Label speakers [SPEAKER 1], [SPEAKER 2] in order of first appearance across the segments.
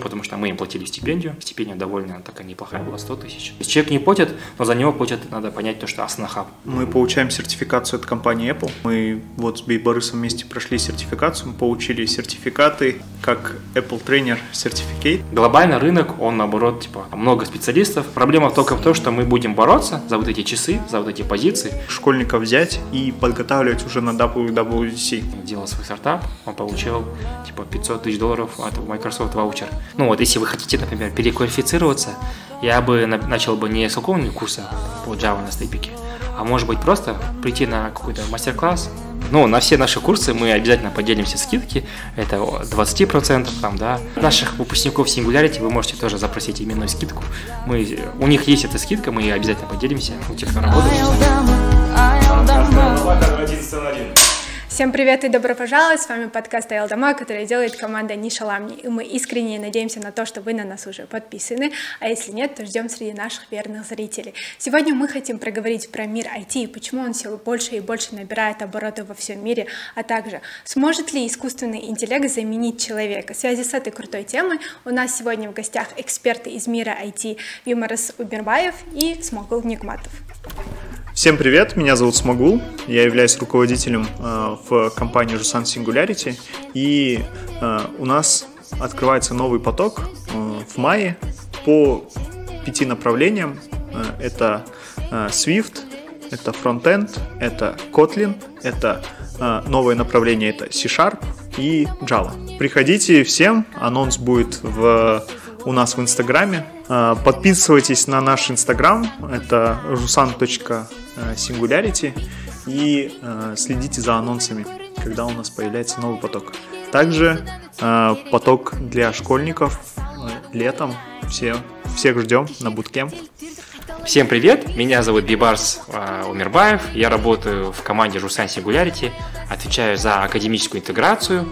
[SPEAKER 1] потому что мы им платили стипендию. Стипендия довольно такая неплохая была, 100 тысяч. Если человек не платит, но за него платят, надо понять то, что Астана Хаб.
[SPEAKER 2] Мы получаем сертификацию от компании Apple. Мы вот с Бейбарысом вместе прошли сертификацию, мы получили сертификаты как Apple Trainer Certificate.
[SPEAKER 1] Глобально рынок, он наоборот, много специалистов. Проблема только в том, что мы будем бороться за вот эти часы, за вот эти позиции.
[SPEAKER 2] Школьника взять и подготавливать уже на WWDC.
[SPEAKER 1] Делал свой стартап, он получил $500 тысяч от Microsoft ваучер. Если вы хотите, например, переквалифицироваться, я бы начал бы не с какого-нибудь курса по Java на степике, а может быть просто прийти на какой-то мастер-класс. На все наши курсы мы обязательно поделимся скидки, это 20%, Наших выпускников Singularity вы можете тоже запросить именную скидку. У них есть эта скидка, мы ее обязательно поделимся, у тех, кто работает.
[SPEAKER 3] Всем привет и добро пожаловать! С вами подкаст Аялдама, который делает команда Ниша Ламни. И мы искренне надеемся на то, что вы на нас уже подписаны, а если нет, то ждем среди наших верных зрителей. Сегодня мы хотим проговорить про мир IT и почему он все больше и больше набирает обороты во всем мире, а также сможет ли искусственный интеллект заменить человека. В связи с этой крутой темой у нас сегодня в гостях эксперты из мира IT Бейбарыс Умирбаев и Смогул Нигматов.
[SPEAKER 2] Всем привет, меня зовут Смогул, я являюсь руководителем в компании Жусан Singularity, и у нас открывается новый поток в мае по 5 направлениям. Это Swift, это Frontend, это Kotlin, это новое направление, это C# и Java. Приходите всем, анонс будет у нас в Инстаграме. Подписывайтесь на наш Инстаграм, это rusan.singularity, и следите за анонсами, когда у нас появляется новый поток. Также поток для школьников летом. Всех ждем на буткемп.
[SPEAKER 1] Всем привет, меня зовут Бейбарыс Умирбаев, я работаю в команде Жусан Singularity, отвечаю за академическую интеграцию.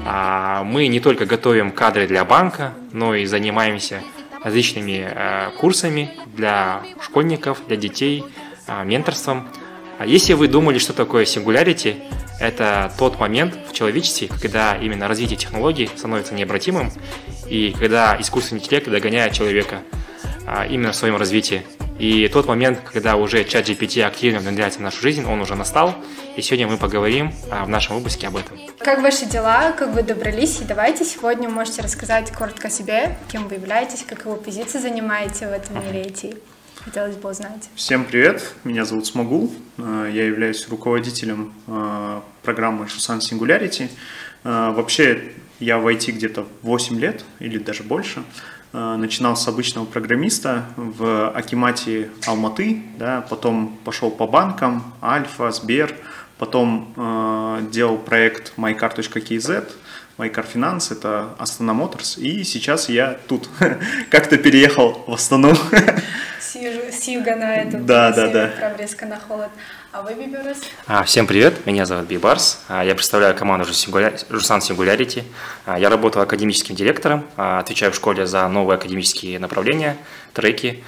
[SPEAKER 1] Мы не только готовим кадры для банка, но и занимаемся различными курсами для школьников, для детей, менторством. Если вы думали, что такое Singularity, это тот момент в человечестве, когда именно развитие технологий становится необратимым, и когда искусственный интеллект догоняет человека именно в своем развитии. И тот момент, когда уже ChatGPT активно внедряется в нашу жизнь, он уже настал, и сегодня мы поговорим в нашем выпуске об этом.
[SPEAKER 3] Как ваши дела, как вы добрались? И давайте сегодня можете рассказать коротко о себе, кем вы являетесь, какую позицию занимаете в этом мире IT. Хотелось бы узнать.
[SPEAKER 2] Всем привет, меня зовут Смогул, я являюсь руководителем программы Жусан Singularity. Вообще, я в IT где-то 8 лет или даже больше. Начинал с обычного программиста в Акимате Алматы, потом пошел по банкам, Альфа, Сбер, потом делал проект mycar.kz, MyCar Finance, это Астана Моторс, и сейчас я тут как-то переехал в Астану.
[SPEAKER 3] С юга на этот, прям резко на холод. А вы, Бейбарыс?
[SPEAKER 1] Всем привет, меня зовут Бейбарыс, я представляю команду Жусан Singularity. Я работаю академическим директором, отвечаю в школе за новые академические направления, треки.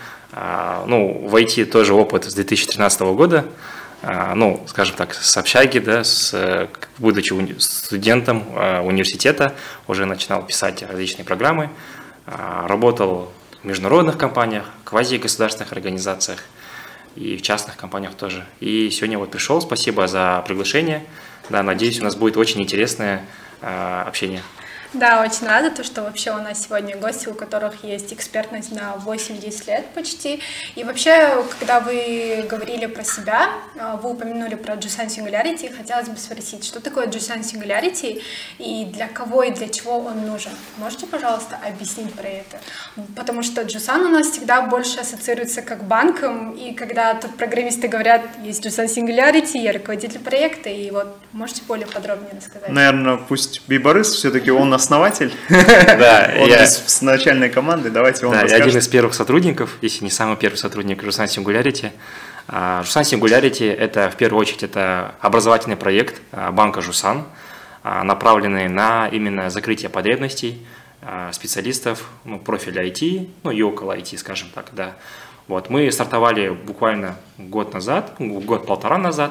[SPEAKER 1] В IT тоже опыт с 2013 года, скажем так, с общаги, будучи студентом университета, уже начинал писать различные программы, работал в международных компаниях, квазигосударственных организациях и в частных компаниях тоже. И сегодня пришел, спасибо за приглашение. Надеюсь, у нас будет очень интересное общение.
[SPEAKER 3] Да, очень рада, что вообще у нас сегодня гости, у которых есть экспертность на 8-10 лет почти. И вообще, когда вы говорили про себя, вы упомянули про Жусан Singularity, хотелось бы спросить, что такое Жусан Singularity и для кого и для чего он нужен? Можете, пожалуйста, объяснить про это? Потому что Жусан у нас всегда больше ассоциируется как банком, и когда тут программисты говорят, есть Жусан Singularity, я руководитель проекта, и можете более подробнее рассказать?
[SPEAKER 2] Наверное, пусть Бейбарыс, все-таки он основатель, он с начальной команды, давайте он расскажет.
[SPEAKER 1] Я один из первых сотрудников, если не самый первый сотрудник Жусан Singularity. Жусан Singularity – это, в первую очередь, это образовательный проект банка Жусан, направленный на именно закрытие потребностей специалистов профиля IT, и около IT, скажем так. Мы стартовали буквально год-полтора назад.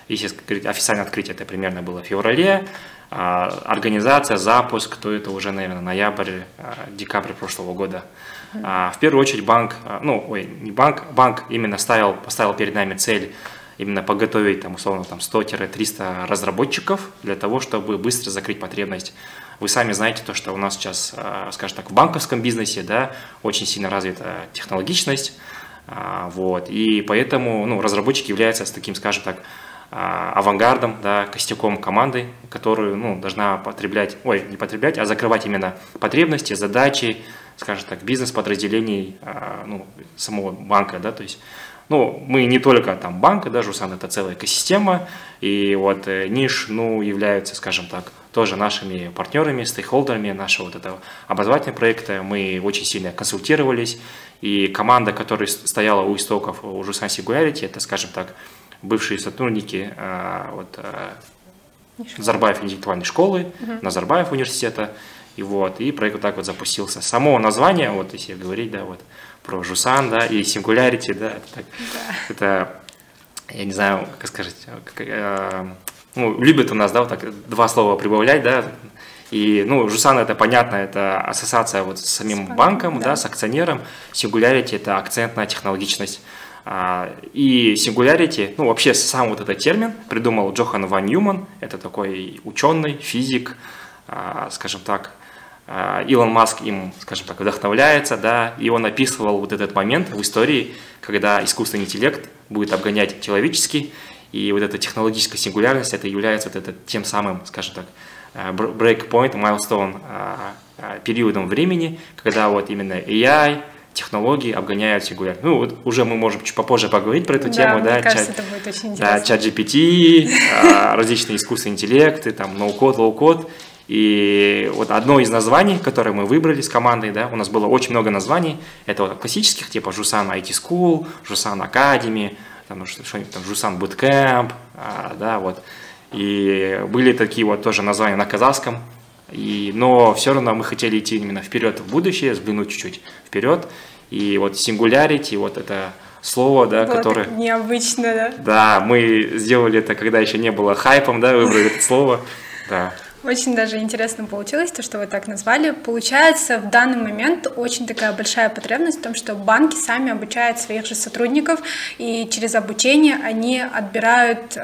[SPEAKER 1] если говорить официальное открытие, это примерно было в феврале, организация, запуск, то это уже, наверное, ноябрь, декабрь прошлого года. В первую очередь банк именно поставил перед нами цель именно подготовить там, условно 100-300 разработчиков для того, чтобы быстро закрыть потребность. Вы сами знаете то, что у нас сейчас, скажем так, в банковском бизнесе, да, очень сильно развита технологичность, вот, и поэтому разработчик является таким, скажем так, авангардом, да, костяком команды, которую должна закрывать именно потребности, задачи, скажем так, бизнес-подразделений самого банка, да, то есть мы не только там банк, да, Жусан это целая экосистема, и вот Ниш, являются, скажем так, тоже нашими партнерами, стейкхолдерами нашего вот этого образовательного проекта. Мы очень сильно консультировались, и команда, которая стояла у истоков у Жусан Singularity, это, скажем так, бывшие сотрудники Назарбаев интеллектуальной школы, Назарбаев университета, и проект вот так вот запустился. Само название, вот если говорить, да, вот про Жусан, да, и Singularity, да, это я не знаю, как сказать, любят у нас, да, вот так два слова прибавлять, да, и, Жусан это понятно, это ассоциация вот с самим банком, да, с акционером, Singularity это акцент на технологичность. И Singularity, вообще сам вот этот термин придумал Джохан ван Ньюман, это такой ученый, физик, скажем так, Илон Маск им, скажем так, вдохновляется, да, и он описывал вот этот момент в истории, когда искусственный интеллект будет обгонять человеческий, и вот эта технологическая сингулярность, это является вот это тем самым, скажем так, breakpoint, milestone, периодом времени, когда вот именно AI, технологии обгоняют сингулярность. Вот уже мы можем чуть попозже поговорить про эту тему,
[SPEAKER 3] да, мне кажется, это будет очень интересно.
[SPEAKER 1] Да, чат GPT, различные искусственные интеллекты, там, no-code, low-code. И вот одно из названий, которое мы выбрали с командой, да, у нас было очень много названий, это вот классических, типа Жусан IT School, Жусан Academy, там, что-нибудь там, Жусан Bootcamp, да, вот. И были такие вот тоже названия на казахском, но все равно мы хотели идти именно вперед в будущее, взглянуть чуть-чуть вперед. И вот Singularity, вот это слово, да,
[SPEAKER 3] было
[SPEAKER 1] которое...
[SPEAKER 3] Так необычно, да?
[SPEAKER 1] Да, мы сделали это, когда еще не было хайпом, да, выбрали это слово, да.
[SPEAKER 3] Очень даже интересно получилось, то, что вы так назвали. Получается, в данный момент очень такая большая потребность в том, что банки сами обучают своих же сотрудников, и через обучение они отбирают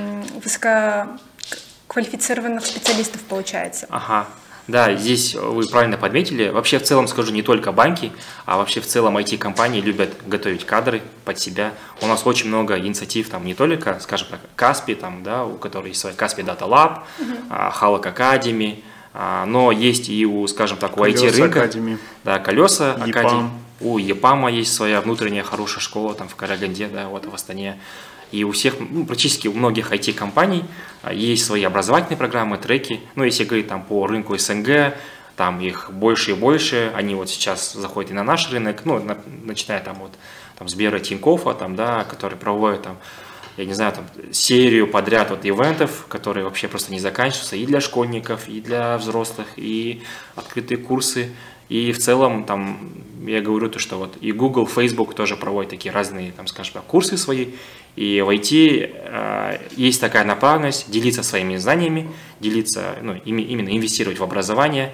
[SPEAKER 3] высококвалифицированных специалистов, получается.
[SPEAKER 1] Ага. Да, здесь вы правильно подметили. Вообще, в целом, скажу, не только банки, а вообще в целом IT-компании любят готовить кадры под себя. У нас очень много инициатив, там не только, скажем так, Каспи, там, да, у которой есть своя Каспи Data Lab, Halak Academy, но есть и у, скажем так, у IT-рынка. Да, Колеса Академии. У ЕПАМа есть своя внутренняя хорошая школа, там в Караганде, да, вот в Астане. И у всех, практически у многих IT-компаний есть свои образовательные программы, треки. Если говорить там по рынку СНГ, там их больше и больше. Они вот сейчас заходят и на наш рынок, начиная там вот там, Сбера, Тинькоффа, там, да, которые проводят там, я не знаю, там, серию подряд вот ивентов, которые вообще просто не заканчиваются и для школьников, и для взрослых, и открытые курсы. И в целом, там, я говорю то, что вот и Google, Facebook тоже проводят такие разные, там, скажем так, курсы свои. И в IT есть такая направленность делиться своими знаниями, делиться, именно инвестировать в образование.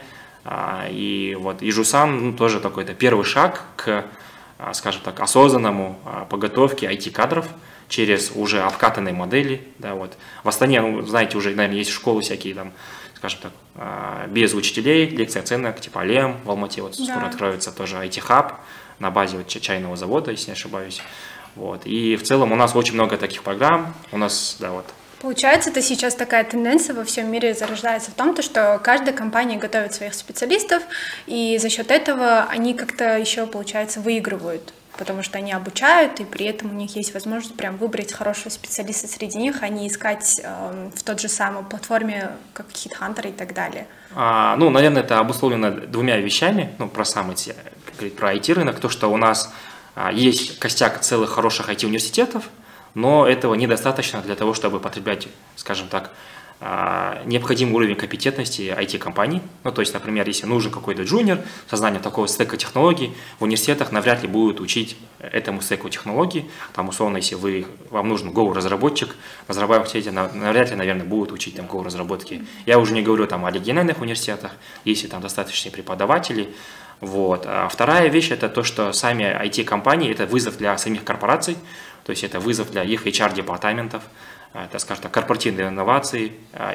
[SPEAKER 1] И вот и Жусан тоже такой-то первый шаг к, скажем так, осознанному подготовке IT-кадров через уже обкатанные модели. Да, вот. В Астане, знаете, уже, наверное, есть школы всякие, там, скажем так, без учителей, лекция оценок, типа Алем, в Алмате вот скоро откроется тоже IT-хаб на базе вот чайного завода, если не ошибаюсь. Вот. И в целом у нас очень много таких программ, у нас, да, вот.
[SPEAKER 3] Получается, это сейчас такая тенденция во всем мире зарождается в том, что каждая компания готовит своих специалистов, и за счет этого они как-то еще, получается, выигрывают, потому что они обучают, и при этом у них есть возможность прям выбрать хорошего специалиста среди них, а не искать в тот же самой платформе, как HeadHunter и так далее.
[SPEAKER 1] Наверное, это обусловлено двумя вещами, про сам про IT-рынок, то, что у нас есть костяк целых хороших IT-университетов, но этого недостаточно для того, чтобы потреблять, скажем так, необходимый уровень компетентности IT-компаний. Ну, то есть, например, если нужен какой-то джуниор, создание такого стека технологий, в университетах навряд ли будут учить этому стеку технологий. Там, условно, если вам нужен Go-разработчик, разрабатывать навряд ли, наверное, будут учить там Go-разработки. Я уже не говорю там о региональных университетах, если там достаточные преподаватели. Вот. А вторая вещь – это то, что сами IT-компании – это вызов для самих корпораций, то есть это вызов для их HR-департаментов, это, скажем так, корпоративные инновации,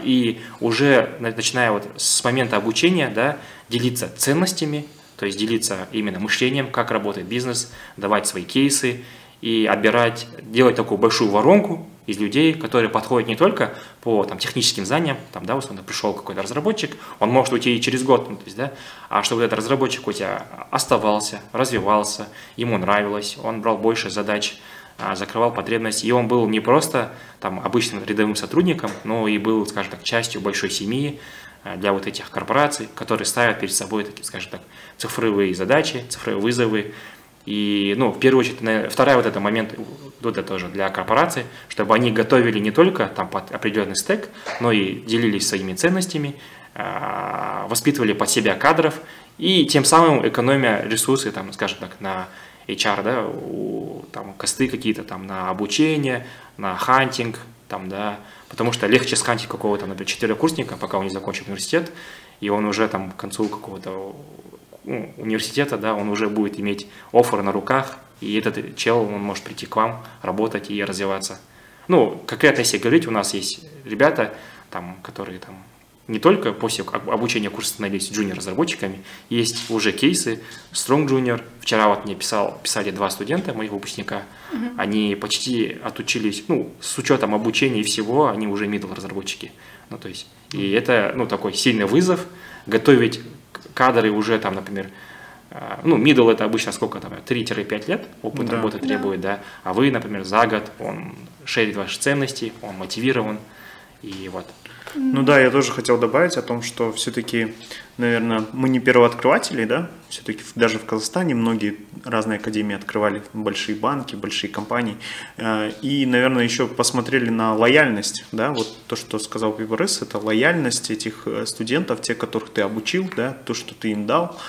[SPEAKER 1] и уже начиная вот с момента обучения, да, делиться ценностями, то есть делиться именно мышлением, как работает бизнес, давать свои кейсы и отбирать, делать такую большую воронку из людей, которые подходят не только по там, техническим знаниям, там, да, условно, пришел какой-то разработчик, он может уйти и через год, ну, то есть, да, а чтобы этот разработчик у тебя оставался, развивался, ему нравилось, он брал больше задач, закрывал потребности, и он был не просто там обычным рядовым сотрудником, но и был, скажем так, частью большой семьи для вот этих корпораций, которые ставят перед собой такие, скажем так, цифровые задачи, цифровые вызовы. И, ну, в первую очередь, второй вот этот момент, вот это тоже для корпораций, чтобы они готовили не только там под определенный стек, но и делились своими ценностями, воспитывали под себя кадров и тем самым экономя ресурсы, там, скажем так, на HR, да, там косты какие-то там на обучение, на хантинг, там, да, потому что легче скантить какого-то, например, четверокурсника, пока он не закончит университет, и он уже там к концу какого-то университета, да, он уже будет иметь оффер на руках, и этот чел, он может прийти к вам, работать и развиваться. Ну, конкретно если говорить, у нас есть ребята, там, которые там не только после обучения курса становились джуниор-разработчиками, есть уже кейсы, Strong Junior. Вчера вот мне писали 2 студента, моих выпускника, они почти отучились, ну, с учетом обучения и всего, они уже middle-разработчики. Ну, то есть, и это, ну, такой сильный вызов, готовить кадры уже там, например, ну, middle это обычно сколько там, 3-5 лет опыт работы требует, да, а вы, например, за год, он шерит ваши ценности, он мотивирован, и вот.
[SPEAKER 2] Ну да, я тоже хотел добавить о том, что все-таки, наверное, мы не первооткрыватели, да, все-таки даже в Казахстане многие разные академии открывали, большие банки, большие компании, и, наверное, еще посмотрели на лояльность, да, вот то, что сказал Бибарыс, это лояльность этих студентов, тех, которых ты обучил, да, то, что ты им дал,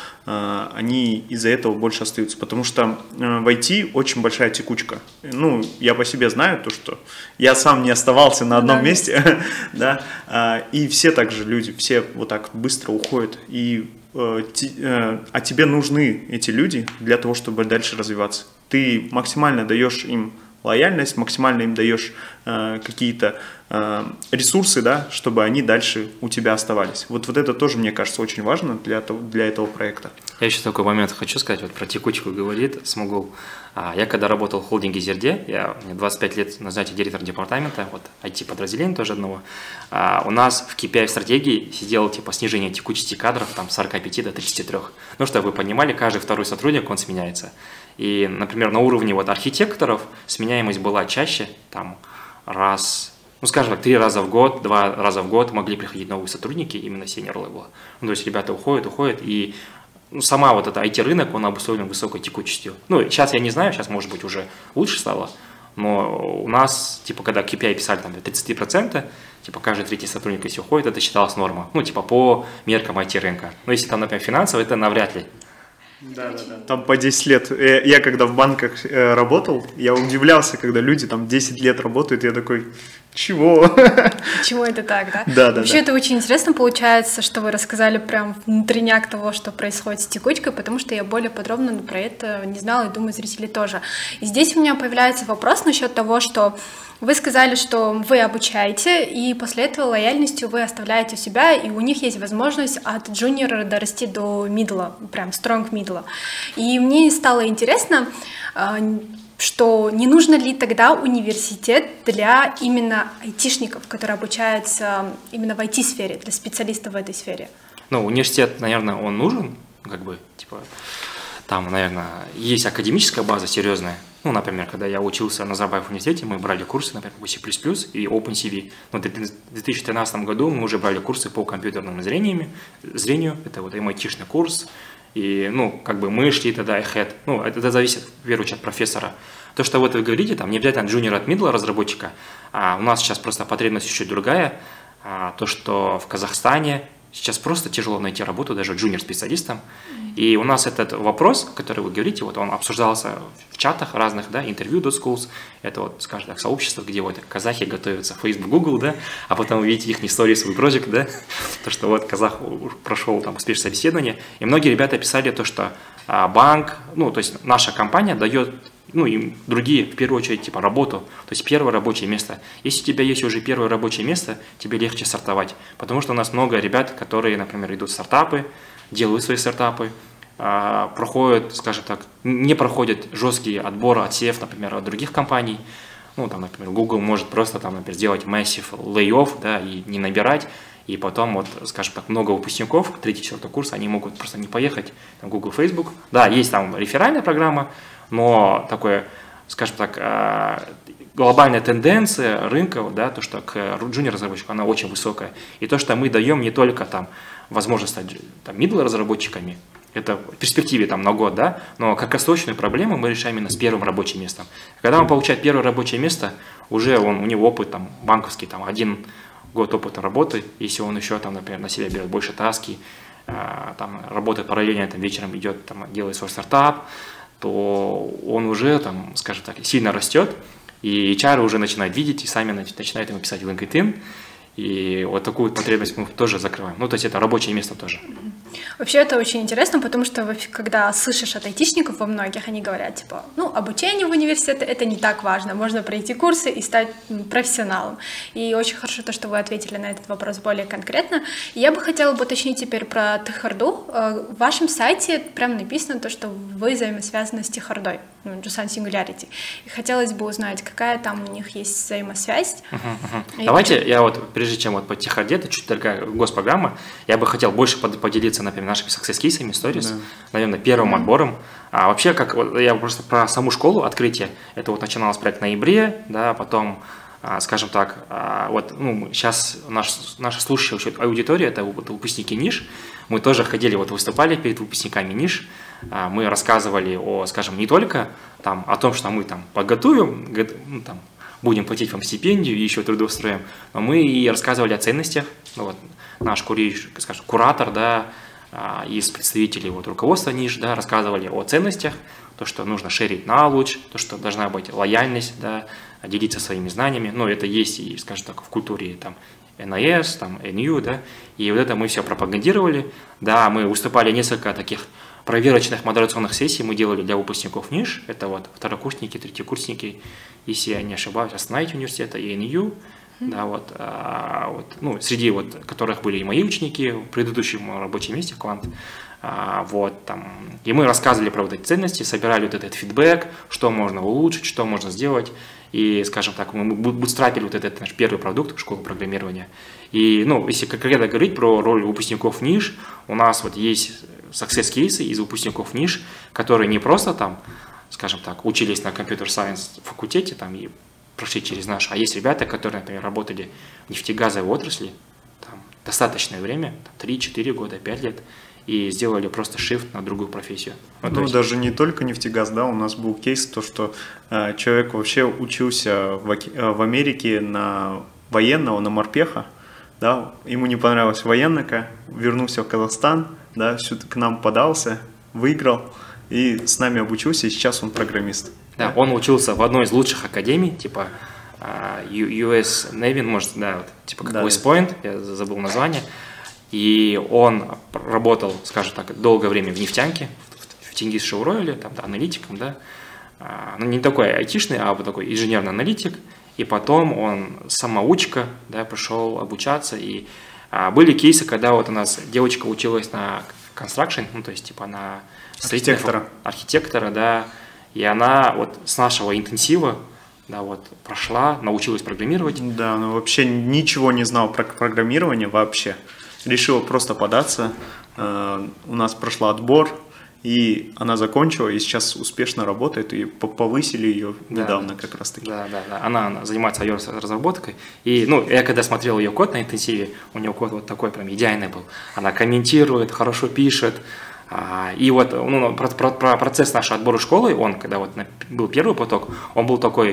[SPEAKER 2] они из-за этого больше остаются, потому что в IT очень большая текучка. Ну, я по себе знаю то, что я сам не оставался на одном месте, да, и все также люди, все вот так быстро уходят, а тебе нужны эти люди для того, чтобы дальше развиваться. Ты максимально даешь им лояльность, максимально им даешь какие-то ресурсы, да, чтобы они дальше у тебя оставались. Вот это тоже, мне кажется, очень важно для этого проекта.
[SPEAKER 1] Я еще такой момент хочу сказать, вот про текучку говорит Смогул. Я когда работал в холдинге Зерде, мне 25 лет на занятии директора департамента, вот IT-подразделения тоже одного, у нас в KPI стратегии сидело типа снижение текучести кадров там, с 45 до 33. Ну, чтобы вы понимали, каждый второй сотрудник, он сменяется. И, например, на уровне вот архитекторов сменяемость была чаще, там, раз, ну, скажем так, 3 раза в год, 2 раза в год могли приходить новые сотрудники, именно senior level. Ну, то есть ребята уходят, и ну, сама вот эта IT-рынок, он обусловлен высокой текучестью. Ну, сейчас я не знаю, сейчас, может быть, уже лучше стало, но у нас, типа, когда KPI писали там 33%, типа, каждый третий сотрудник, если уходит, это считалось норма. Ну, типа, по меркам IT-рынка. Но если там, например, финансово, это навряд ли.
[SPEAKER 2] Да. Там по 10 лет. Я когда в банках работал, я удивлялся, когда люди там 10 лет работают, я такой, чего?
[SPEAKER 3] Чего это так, да?
[SPEAKER 2] Да.
[SPEAKER 3] Вообще это очень интересно получается, что вы рассказали прям внутренняк того, что происходит с текучкой, потому что я более подробно про это не знала, и думаю, зрители тоже. И здесь у меня появляется вопрос насчет того, что вы сказали, что вы обучаете, и после этого лояльностью вы оставляете себя, и у них есть возможность от джуниора дорасти до мидла, прям стронг мидла. И мне стало интересно, что не нужно ли тогда университет для именно айтишников, которые обучаются именно в IT-сфере, для специалистов в этой сфере?
[SPEAKER 1] Ну, университет, наверное, он нужен, как бы, типа, там, наверное, есть академическая база серьезная. Ну, например, когда я учился на Назарбаев университете, мы брали курсы, например, по C++ и OpenCV. Но в 2013 году мы уже брали курсы по компьютерному зрению. Это вот MIT-шный курс. И, ну, как бы мы шли тогда ahead. Ну, это зависит, в первую очередь, от профессора. То, что вот вы говорите, там не обязательно джуниор от middle разработчика, а у нас сейчас просто потребность еще другая. то, что в Казахстане сейчас просто тяжело найти работу даже джуниор-специалистам. И у нас этот вопрос, который вы говорите, вот он обсуждался в чатах разных, да, интервью .schools, это вот, скажем так, сообщество, где вот казахи готовятся в Facebook, Google, да, а потом вы видите их истории, свой проект, да, то, что вот казах прошел там успешное собеседование, и многие ребята писали то, что банк, ну, то есть наша компания дает, ну, и другие, в первую очередь, типа, работу, то есть первое рабочее место. Если у тебя есть уже первое рабочее место, тебе легче стартовать, потому что у нас много ребят, которые, например, идут в стартапы, делают свои стартапы, проходят, скажем так, не проходят жесткие отборы, отсев, например, от других компаний. Ну, там, например, Google может просто, там, например, сделать massive layoff, да, и не набирать, и потом, вот, скажем так, много выпускников 3-4 курса, они могут просто не поехать в Google, Facebook. Да, есть там реферальная программа, но такое, скажем так, глобальная тенденция рынка, да, то, что к джуниор-разработчику, она очень высокая. И то, что мы даем не только там возможность стать там middle-разработчиками, это в перспективе там на год, да, но краткосрочную проблему мы решаем именно с первым рабочим местом. Когда он получает первое рабочее место, уже у него опыт там банковский, там 1 год опыта работы, если он еще там, например, на себя берет больше таски, там работает параллельно, там вечером идет, там делает свой стартап, то он уже там, скажем так, сильно растет, и HR уже начинают видеть и сами начинают ему писать в LinkedIn. И вот такую потребность мы тоже закрываем. Ну, то есть это рабочее место тоже.
[SPEAKER 3] Вообще это очень интересно, потому что когда слышишь от айтишников во многих, они говорят, типа, ну, обучение в университете это не так важно, можно пройти курсы и стать профессионалом. И очень хорошо то, что вы ответили на этот вопрос более конкретно. И я бы хотела бы уточнить теперь про Техарду. В вашем сайте прям написано то, что вы взаимосвязаны с Техардой, Jusan Singularity. И хотелось бы узнать, какая там у них есть взаимосвязь.
[SPEAKER 1] Давайте я вот, прежде чем вот по Техарде, это чуть другая госпрограмма, я бы хотел больше поделиться, например, нашими success-кейсами, stories, наверное, первым отбором. А вообще, как я просто про саму школу открытие, это вот начиналось проект в ноябре, да, потом, скажем так, вот, ну, сейчас наша слушающая аудитория, это выпускники НИШ, мы тоже ходили, вот выступали перед выпускниками НИШ, мы рассказывали о, скажем, не только там, о том, что мы там подготовим, ну, там, будем платить вам стипендию и еще трудоустроим, но мы и рассказывали о ценностях. Ну, вот, наш скажем, куратор, да, из представителей вот, руководства НИШ, да, рассказывали о ценностях, то, что нужно шерить knowledge, то, что должна быть лояльность, да, делиться своими знаниями. Ну, это есть и, скажем так, в культуре там, НАС, там, НЮ, да, и вот это мы все пропагандировали. Да, мы выступали несколько таких проверочных модерационных сессий мы делали для выпускников НИШ, это вот второкурсники, третьекурсники, если я не ошибаюсь, Астана университета и НЮ, да, вот, ну, среди вот которых были и мои ученики в предыдущем рабочем месте, Квант, вот, там, и мы рассказывали про вот эти ценности, собирали вот этот фидбэк, что можно улучшить, что можно сделать, и, скажем так, мы бутстрапили вот этот наш первый продукт школы программирования. И, ну, если конкретно говорить про роль выпускников НИШ, у нас вот есть success-кейсы из выпускников НИШ, которые не просто там, скажем так, учились на компьютер-сайенс факультете там, и прошли через наш, а есть ребята, которые, например, работали в нефтегазовой отрасли там, достаточное время, 3-4 года, 5 лет, и сделали просто shift на другую профессию. Вот,
[SPEAKER 2] ну, даже не только нефтегаз, да, у нас был кейс, то, что человек вообще учился в Америке на военного, на морпеха, да, ему не понравилась военника, вернулся в Казахстан, да, к нам подался, выиграл и с нами обучился, и сейчас он программист.
[SPEAKER 1] Да, он учился в одной из лучших академий, типа US Navy, может, да, вот, типа как West Point, я забыл название, и он работал, скажем так, долгое время в нефтянке, в Тенгиз Шевройле, там, да, аналитиком, да, ну, не такой айтишный, а вот такой инженерный аналитик, и потом он самоучка, да, пришел обучаться, и были кейсы, когда вот у нас девочка училась на construction, ну, то есть, типа, на архитектора, да, и она вот с нашего интенсива, да, вот, прошла, научилась программировать.
[SPEAKER 2] Да, она вообще ничего не знала про программирование вообще. Решила просто податься, у нас прошла отбор, и она закончила, и сейчас успешно работает, и повысили ее недавно как раз таки.
[SPEAKER 1] Да, она занимается iOS-разработкой, и, ну, я когда смотрел ее код на интенсиве, у нее код вот такой прям идеальный был, она комментирует, хорошо пишет, и вот, ну, про процесс нашего отбора школы, он, когда вот был первый поток, он был такой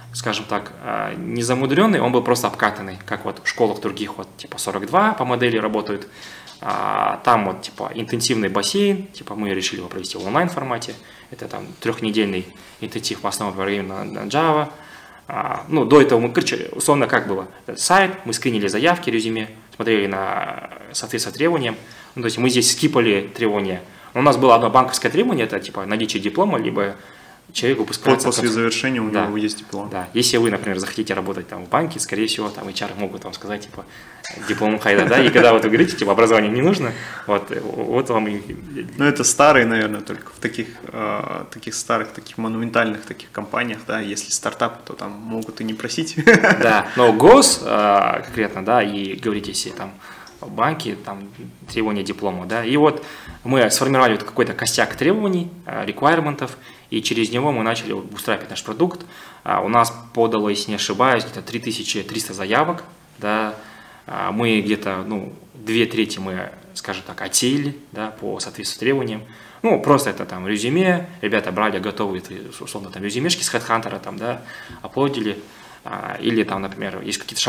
[SPEAKER 1] скажем так, не замудренный, он был просто обкатанный, как вот в школах других, вот типа 42 по модели работают. Там вот типа интенсивный бассейн, типа мы решили его провести в онлайн формате. Это там 3-недельный интенсив по основному программированию на Java. Ну, до этого мы, короче, условно как было, сайт, мы скринили заявки, резюме, смотрели на соответствие требованиям. Ну, то есть мы здесь скипали требования. У нас было одно банковское требование, это типа наличие диплома, либо человек выпускается.
[SPEAKER 2] После завершения у него есть диплом.
[SPEAKER 1] Да, если вы, например, захотите работать там в банке, скорее всего, там HR могут вам сказать, типа, диплом хайда, да, и когда вот вы говорите, типа, образование не нужно, вот вам и...
[SPEAKER 2] Ну, это старые, наверное, только в таких старых, таких монументальных таких компаниях, да, если стартап, то там могут и не просить.
[SPEAKER 1] Да, но гос конкретно, да, и говорите, если там банки, там, требования диплома, да, и вот мы сформировали вот какой-то костяк требований, requirement'ов, и через него мы начали устраивать наш продукт. У нас подало, если не ошибаюсь, где-то 3300 заявок, да, мы где-то, ну, 2/3 мы, скажем так, отсеяли, да, по соответствию требованиям. Ну, просто это там резюме, ребята брали готовые, условно, там, резюмешки с HeadHunter, там, да, аплодили, или там, например, есть какие-то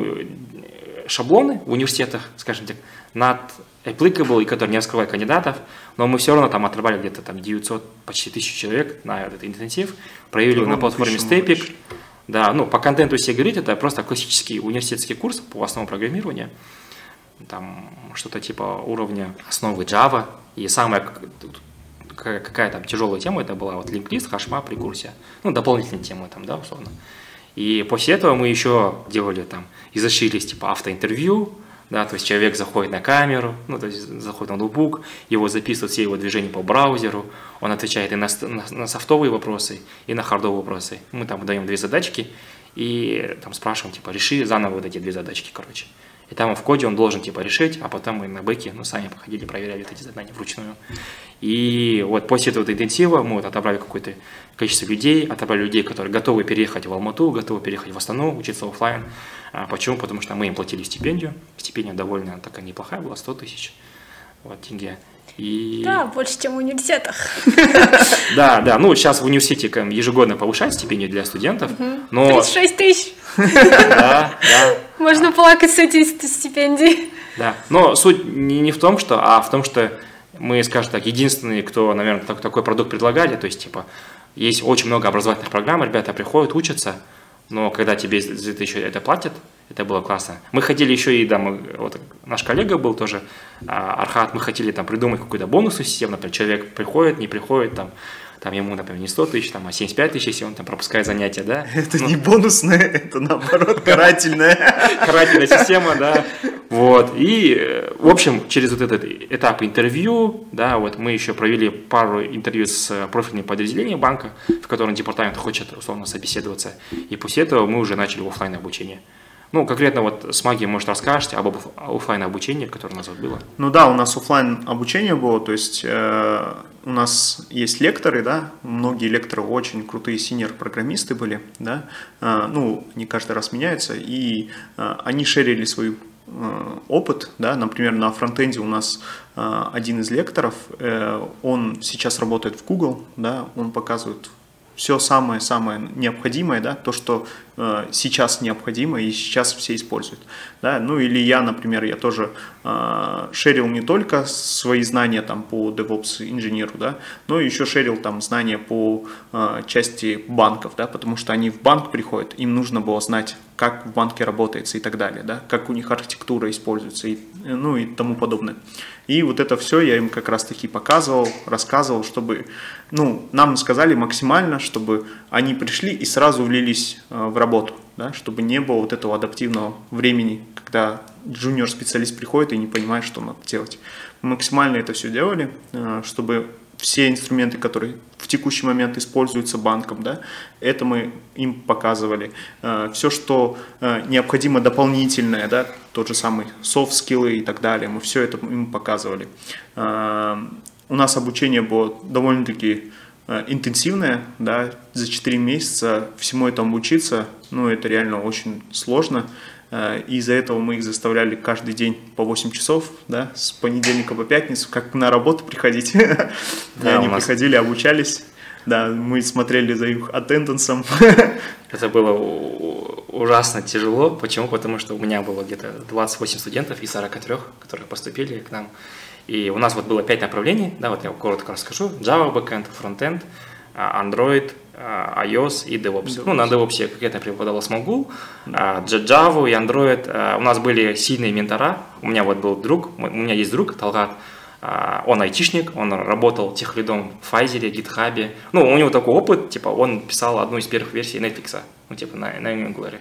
[SPEAKER 1] шаблоны в университетах, скажем так, not applicable, и которые не раскрывают кандидатов, но мы все равно там отрабатывали где-то там 900, почти 1000 человек на этот интенсив, проявили на платформе Stepik. Да, ну, по контенту, если говорить, это просто классический университетский курс по основам программирования, там что-то типа уровня основы Java, и самая какая там тяжелая тема это была вот linked list, HashMap при курсе, ну, дополнительные темы там, да, условно. И после этого мы еще делали там, изощрились типа автоинтервью, да, то есть человек заходит на камеру, ну, то есть заходит на ноутбук, его записывают все его движения по браузеру, он отвечает и на софтовые вопросы, и на хардовые вопросы. Мы там даем 2 задачки и там спрашиваем, типа, реши заново вот эти 2 задачки, короче. И там в коде он должен типа решить, а потом мы на бэке, ну, сами походили, проверяли вот эти задания вручную. И вот после этого интенсива мы вот отобрали какое-то количество людей, отобрали людей, которые готовы переехать в Алмату, готовы переехать в Астану, учиться офлайн. Почему? Потому что мы им платили стипендию. Стипендия довольно такая неплохая была, 100 тысяч тенге. И...
[SPEAKER 3] Да, больше, чем в университетах.
[SPEAKER 1] Да, ну сейчас в университете ежегодно повышают стипендию для студентов, но...
[SPEAKER 3] 36 тысяч.
[SPEAKER 1] Да.
[SPEAKER 3] Можно плакать с этой стипендией.
[SPEAKER 1] Да, но суть не в том, а в том, что мы, скажем так, единственные, кто, наверное, такой продукт предлагали, то есть, типа, есть очень много образовательных программ, ребята приходят, учатся, но когда тебе за это еще это платят, это было классно. Мы хотели еще и, да, вот наш коллега был тоже, Архат, мы хотели там придумать какую-то бонусную систему, например, человек приходит, не приходит, там ему, например, не 100 тысяч, а 75 тысяч, если он там пропускает занятия, да.
[SPEAKER 2] Это не бонусная, это наоборот карательная.
[SPEAKER 1] Карательная система, да. Вот, и, в общем, через вот этот этап интервью, да, вот мы еще провели пару интервью с профильными подразделениями банка, в котором департамент хочет, условно, собеседоваться, и после этого мы уже начали офлайн обучение. Ну, конкретно вот с Магией, может, расскажете об офлайн обучении, которое у нас вот было?
[SPEAKER 2] Ну да, у нас офлайн обучение было, то есть у нас есть лекторы, да, многие лекторы очень крутые синьор-программисты были, да, ну, не каждый раз меняются, и они шерили свой опыт, да, например, на фронтенде у нас один из лекторов, он сейчас работает в Google, да, он показывает все самое-самое необходимое, да, то, что сейчас необходимо и сейчас все используют. Да. Ну или я, например, я тоже шерил не только свои знания там, по DevOps инженеру, да, но еще шерил там знания по части банков, да, потому что они в банк приходят, им нужно было знать, как в банке работает и так далее, да, как у них архитектура используется, и, ну и тому подобное. И вот это все я им как раз таки показывал, рассказывал, чтобы, ну, нам сказали максимально, чтобы они пришли и сразу влились в работу, да, чтобы не было вот этого адаптивного времени, когда джуниор-специалист приходит и не понимает, что надо делать. Мы максимально это все делали, чтобы все инструменты, которые в текущий момент используются банком, да, это мы им показывали. Все, что необходимо дополнительное, да, тот же самый софт-скиллы и так далее, мы все это им показывали. У нас обучение было довольно-таки интенсивное, да, за 4 месяца всему этому учиться, ну, это реально очень сложно. И из-за этого мы их заставляли каждый день по 8 часов, да, с понедельника по пятницу, как на работу приходить. Они приходили, обучались. Да, мы смотрели за их аттендансом.
[SPEAKER 1] Это было ужасно тяжело. Почему? Потому что у меня было где-то 28 студентов из 43, которые поступили к нам. И у нас вот было 5 направлений, да, вот я коротко расскажу. Java, Backend, Frontend, Android, iOS и DevOps. Ну, на DevOps как это преподавал Смогул, Java и Android. У нас были сильные ментора. У меня вот был друг, у меня есть друг, Талгат. Он айтишник, он работал техлидом в Pfizer, GitHub. Ну, у него такой опыт, типа, он писал одну из первых версий Netflix, ну, типа, на Angular.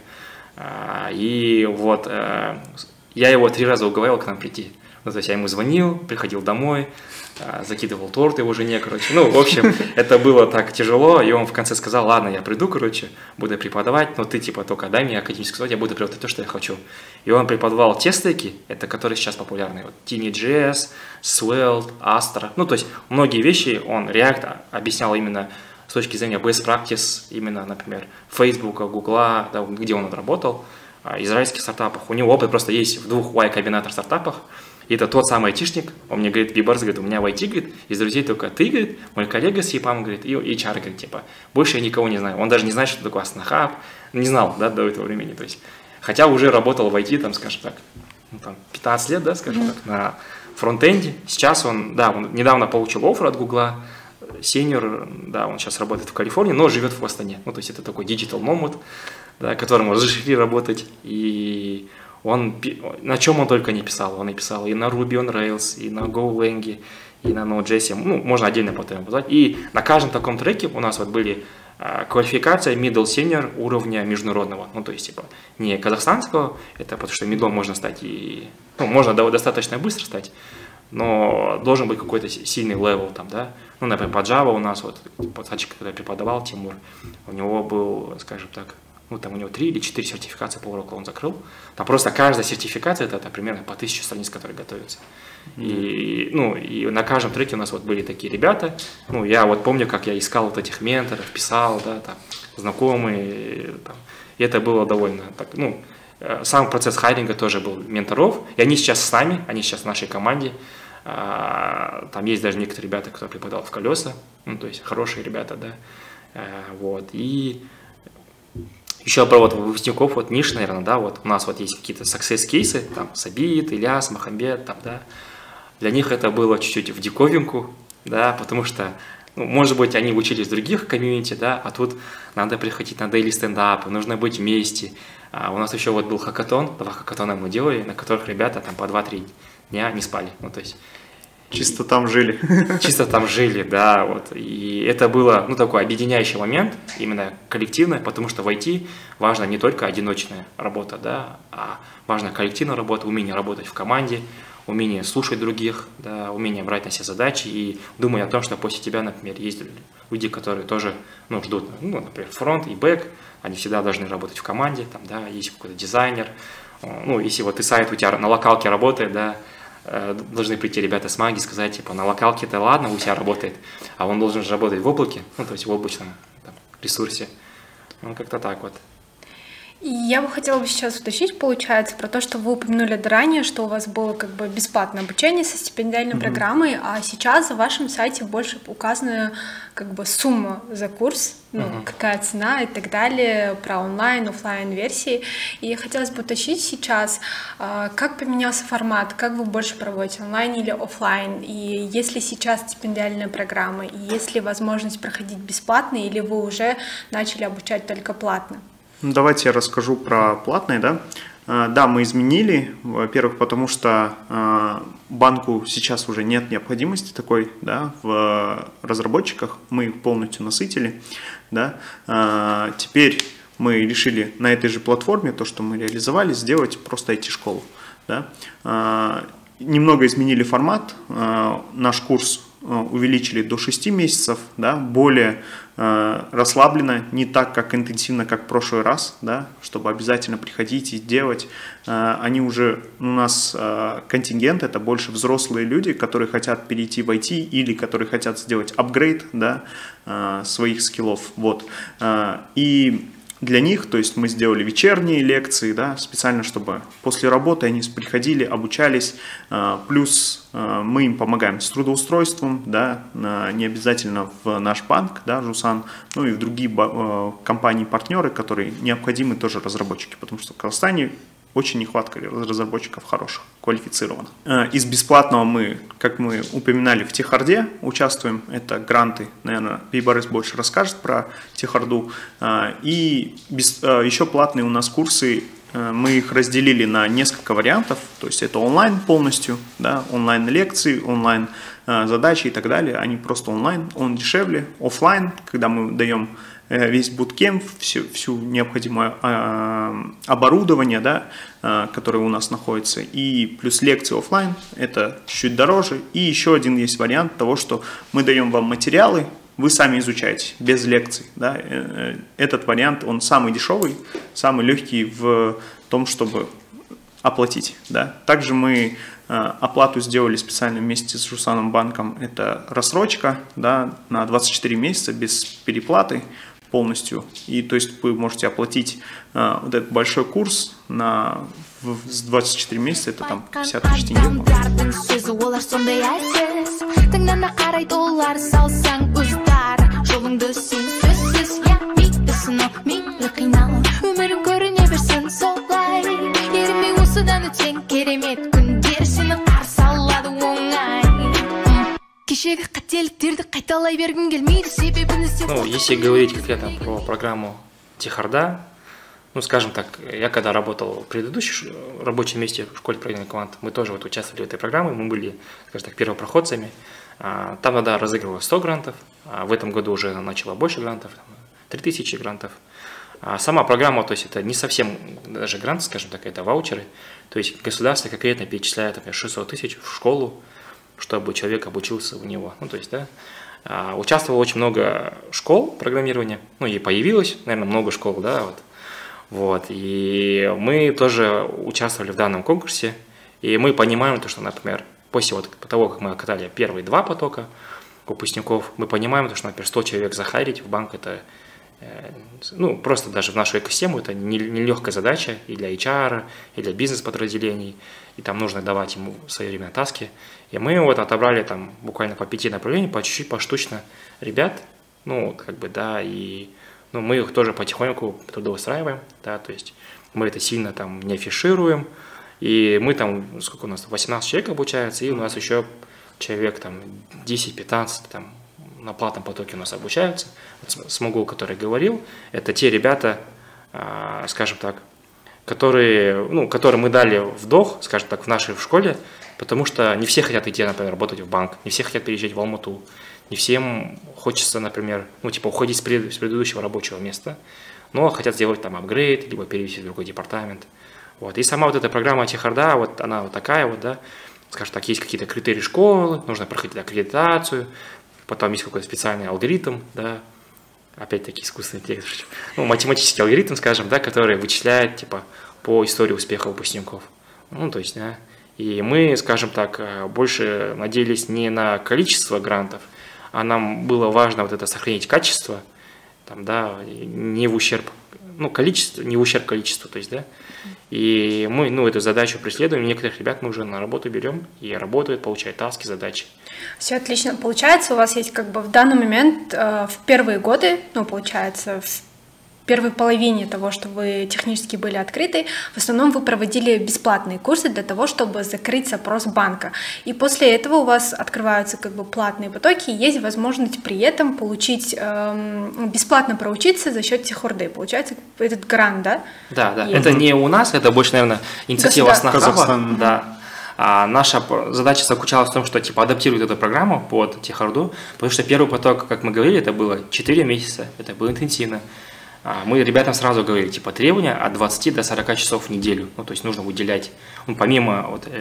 [SPEAKER 1] И вот я его 3 раза уговаривал к нам прийти. Ну, то есть я ему звонил, приходил домой, закидывал торт его жене, короче. Ну, в общем, это было так тяжело, и он в конце сказал: ладно, я приду, короче, буду преподавать, но ты, типа, только дай мне академическую сказать, я буду преподавать то, что я хочу. И он преподавал те стеки, это которые сейчас популярны, вот Tiny.js, Svelte, Astra. Ну, то есть многие вещи он React объяснял именно с точки зрения best practice, именно, например, Facebook, Google, да, где он работал, израильских стартапах. У него опыт просто есть в 2 Y-комбинатор стартапах. И это тот самый айтишник, он мне говорит: Бибарс, говорит, у меня в IT, говорит, из друзей только ты, говорит, мой коллега с EPAM, говорит, и HR, говорит, типа, больше я никого не знаю. Он даже не знает, что такое Asana Hub, не знал, да, до этого времени, то есть, хотя уже работал в IT, там, скажем так, ну, там, 15 лет, да, скажем так, на фронтенде. Сейчас он, да, он недавно получил оффер от Гугла, сеньор, да, он сейчас работает в Калифорнии, но живет в Астане, ну, то есть, это такой digital nomad, да, которому разрешили работать, и он, на чем он только не писал. Он и писал и на Ruby on Rails, и на GoLang, и на Node.js. Ну, можно отдельно потом позвать. И на каждом таком треке у нас вот были квалификация middle senior уровня международного. Ну, то есть, типа, не казахстанского, это потому что middle можно стать и... Ну, можно достаточно быстро стать, но должен быть какой-то сильный левел там, да. Ну, например, по Java у нас вот пацанчик, который преподавал, Тимур, у него был, скажем так, ну, там у него 3 или 4 сертификации по Oracle он закрыл. Там просто каждая сертификация это примерно по 1000 страниц, которые готовятся. И, ну, и на каждом треке у нас вот были такие ребята. Ну, я вот помню, как я искал вот этих менторов, писал, да, там, знакомые. Там. И это было довольно так, ну, сам процесс хайринга тоже был менторов. И они сейчас с нами, они сейчас в нашей команде. Там есть даже некоторые ребята, кто преподавал в колеса. Ну, то есть хорошие ребята, да. Вот. И еще про вот выпускников, вот Миш, наверное, да, вот у нас вот есть какие-то success-кейсы, там, Сабит, Ильяс, Махамбет, там, да, для них это было чуть-чуть в диковинку, да, потому что, ну, может быть, они учились в других комьюнити, да, а тут надо приходить на daily стендапы, нужно быть вместе. У нас еще вот был хакатон, 2 хакатона мы делали, на которых ребята там по 2-3 дня не спали, ну, то есть...
[SPEAKER 2] Чисто там жили.
[SPEAKER 1] Чисто там жили, да, вот. И это было, ну, такой объединяющий момент, именно коллективный, потому что в IT важна не только одиночная работа, да, а важна коллективная работа, умение работать в команде, умение слушать других, да, умение брать на себя задачи и думать о том, что после тебя, например, есть люди, которые тоже, ну, ждут, ну, например, фронт и бэк, они всегда должны работать в команде, там, да, есть какой-то дизайнер, ну, если вот и сайт у тебя на локалке работает, да, должны прийти ребята с магией и сказать, типа, на локалке-то ладно, у тебя работает, а он должен же работать в облаке, ну, то есть в облачном там ресурсе. Ну, как-то так вот.
[SPEAKER 3] И я бы хотела сейчас уточнить, получается, про то, что вы упомянули ранее, что у вас было как бы бесплатное обучение со стипендиальной программой, а сейчас на вашем сайте больше указана как бы сумма за курс, ну, какая цена и так далее, про онлайн, офлайн версии. И хотелось бы уточнить сейчас, как поменялся формат, как вы больше проводите, онлайн или офлайн, и есть ли сейчас стипендиальная программа, и есть ли возможность проходить бесплатно, или вы уже начали обучать только платно?
[SPEAKER 2] Ну, давайте я расскажу про платные, да. Да, мы изменили, во-первых, потому что банку сейчас уже нет необходимости такой, да, в разработчиках, мы их полностью насытили, да. Теперь мы решили на этой же платформе, то, что мы реализовали, сделать просто IT-школу, да. Немного изменили формат, наш курс увеличили до 6 месяцев, да, более расслабленно, не так, как интенсивно, как в прошлый раз, да, чтобы обязательно приходить и делать. Они уже, у нас контингент, это больше взрослые люди, которые хотят перейти в IT или которые хотят сделать апгрейд, да, своих скиллов. Вот. И для них, то есть мы сделали вечерние лекции, да, специально, чтобы после работы они приходили, обучались, плюс мы им помогаем с трудоустройством, да, не обязательно в наш банк, да, Жусан, ну и в другие компании-партнеры, которые необходимы тоже разработчики, потому что в Казахстане очень нехватка разработчиков хороших, квалифицированных. Из бесплатного мы, как мы упоминали, в Техарде участвуем. Это гранты, наверное, Бейбарыс больше расскажет про Техарду. И еще платные у нас курсы, мы их разделили на несколько вариантов. То есть это онлайн полностью, да, онлайн-лекции, онлайн-задачи и так далее. Они просто онлайн, он дешевле. Оффлайн, когда мы даем весь буткемп, всю необходимое оборудование, да, которое у нас находится, и плюс лекции офлайн, это чуть дороже. И еще один есть вариант того, что мы даем вам материалы, вы сами изучаете, без лекций. Да. Этот вариант, он самый дешевый, самый легкий в том, чтобы оплатить. Да. Также мы оплату сделали специально вместе с Жусаном банком, это рассрочка, да, на 24 месяца без переплаты полностью. И то есть вы можете оплатить вот этот большой курс с 24 месяца, это там 50 тысяч тенге.
[SPEAKER 1] Ну, если говорить конкретно про программу Техарда, ну, скажем так, я когда работал в предыдущем рабочем месте в школе управления команд, мы тоже вот участвовали в этой программе, мы были, скажем так, первопроходцами. Там тогда разыгрывалось 100 грантов, а в этом году уже начало больше грантов, 3000 грантов. Сама программа, то есть это не совсем даже грант, скажем так, это ваучеры. То есть государство конкретно перечисляет, например, 600 тысяч в школу, чтобы человек обучился у него. Ну, то есть, да, участвовало очень много школ программирования, ну, и появилось, наверное, много школ, да, вот, и мы тоже участвовали в данном конкурсе, и мы понимаем то, что, например, после вот того, как мы катали первые 2 потока выпускников, мы понимаем то, что, например, 100 человек захарить в банк, это, ну, просто даже в нашу экосистему это нелегкая задача и для HR, и для бизнес-подразделений, и там нужно давать ему своевременно таски. И мы вот отобрали там буквально по 5 направлениям, по чуть-чуть, поштучно ребят, ну, как бы, да, и ну, мы их тоже потихоньку трудоустраиваем, да, то есть мы это сильно там не афишируем, и мы там, сколько у нас, 18 человек обучаются, и у нас еще человек там 10-15 там на платном потоке у нас обучаются. Смогул, который говорил, это те ребята, скажем так, которым мы дали вдох, скажем так, в нашей школе, потому что не все хотят идти, например, работать в банк, не все хотят переезжать в Алмату, не всем хочется, например, ну, типа, уходить с предыдущего рабочего места, но хотят сделать там апгрейд, либо перевести в другой департамент. Вот. И сама вот эта программа Техарда, вот она вот такая вот, да, скажем так, есть какие-то критерии школы, нужно проходить аккредитацию, потом есть какой-то специальный алгоритм, да, опять-таки искусственный интеллект, ну, математический алгоритм, скажем, да, который вычисляет, типа, по истории успеха выпускников. Ну, то есть, да, и мы, скажем так, больше надеялись не на количество грантов, а нам было важно вот это сохранить качество, там, да, не в ущерб, ну, количество, не в ущерб количеству, то есть, да, и мы, ну, эту задачу преследуем, некоторых ребят мы уже на работу берем, и работают, получают таски, задачи.
[SPEAKER 3] Все отлично. Получается, у вас есть как бы в данный момент, в первые годы, ну, получается, в первой половине того, что вы технически были открыты, в основном вы проводили бесплатные курсы для того, чтобы закрыть запрос банка. И после этого у вас открываются как бы платные потоки, и есть возможность при этом получить, бесплатно проучиться за счет Техорды. Получается, этот грант, да?
[SPEAKER 1] Да, да. Это не у нас, это больше, наверное, инициатива Снахаба. Да. А наша задача заключалась в том, что типа адаптировать эту программу под Техарду, потому что первый поток, как мы говорили, это было 4 месяца, это было интенсивно. Мы ребятам сразу говорили, типа, требования от 20 до 40 часов в неделю. Ну, то есть нужно уделять, ну, помимо вот,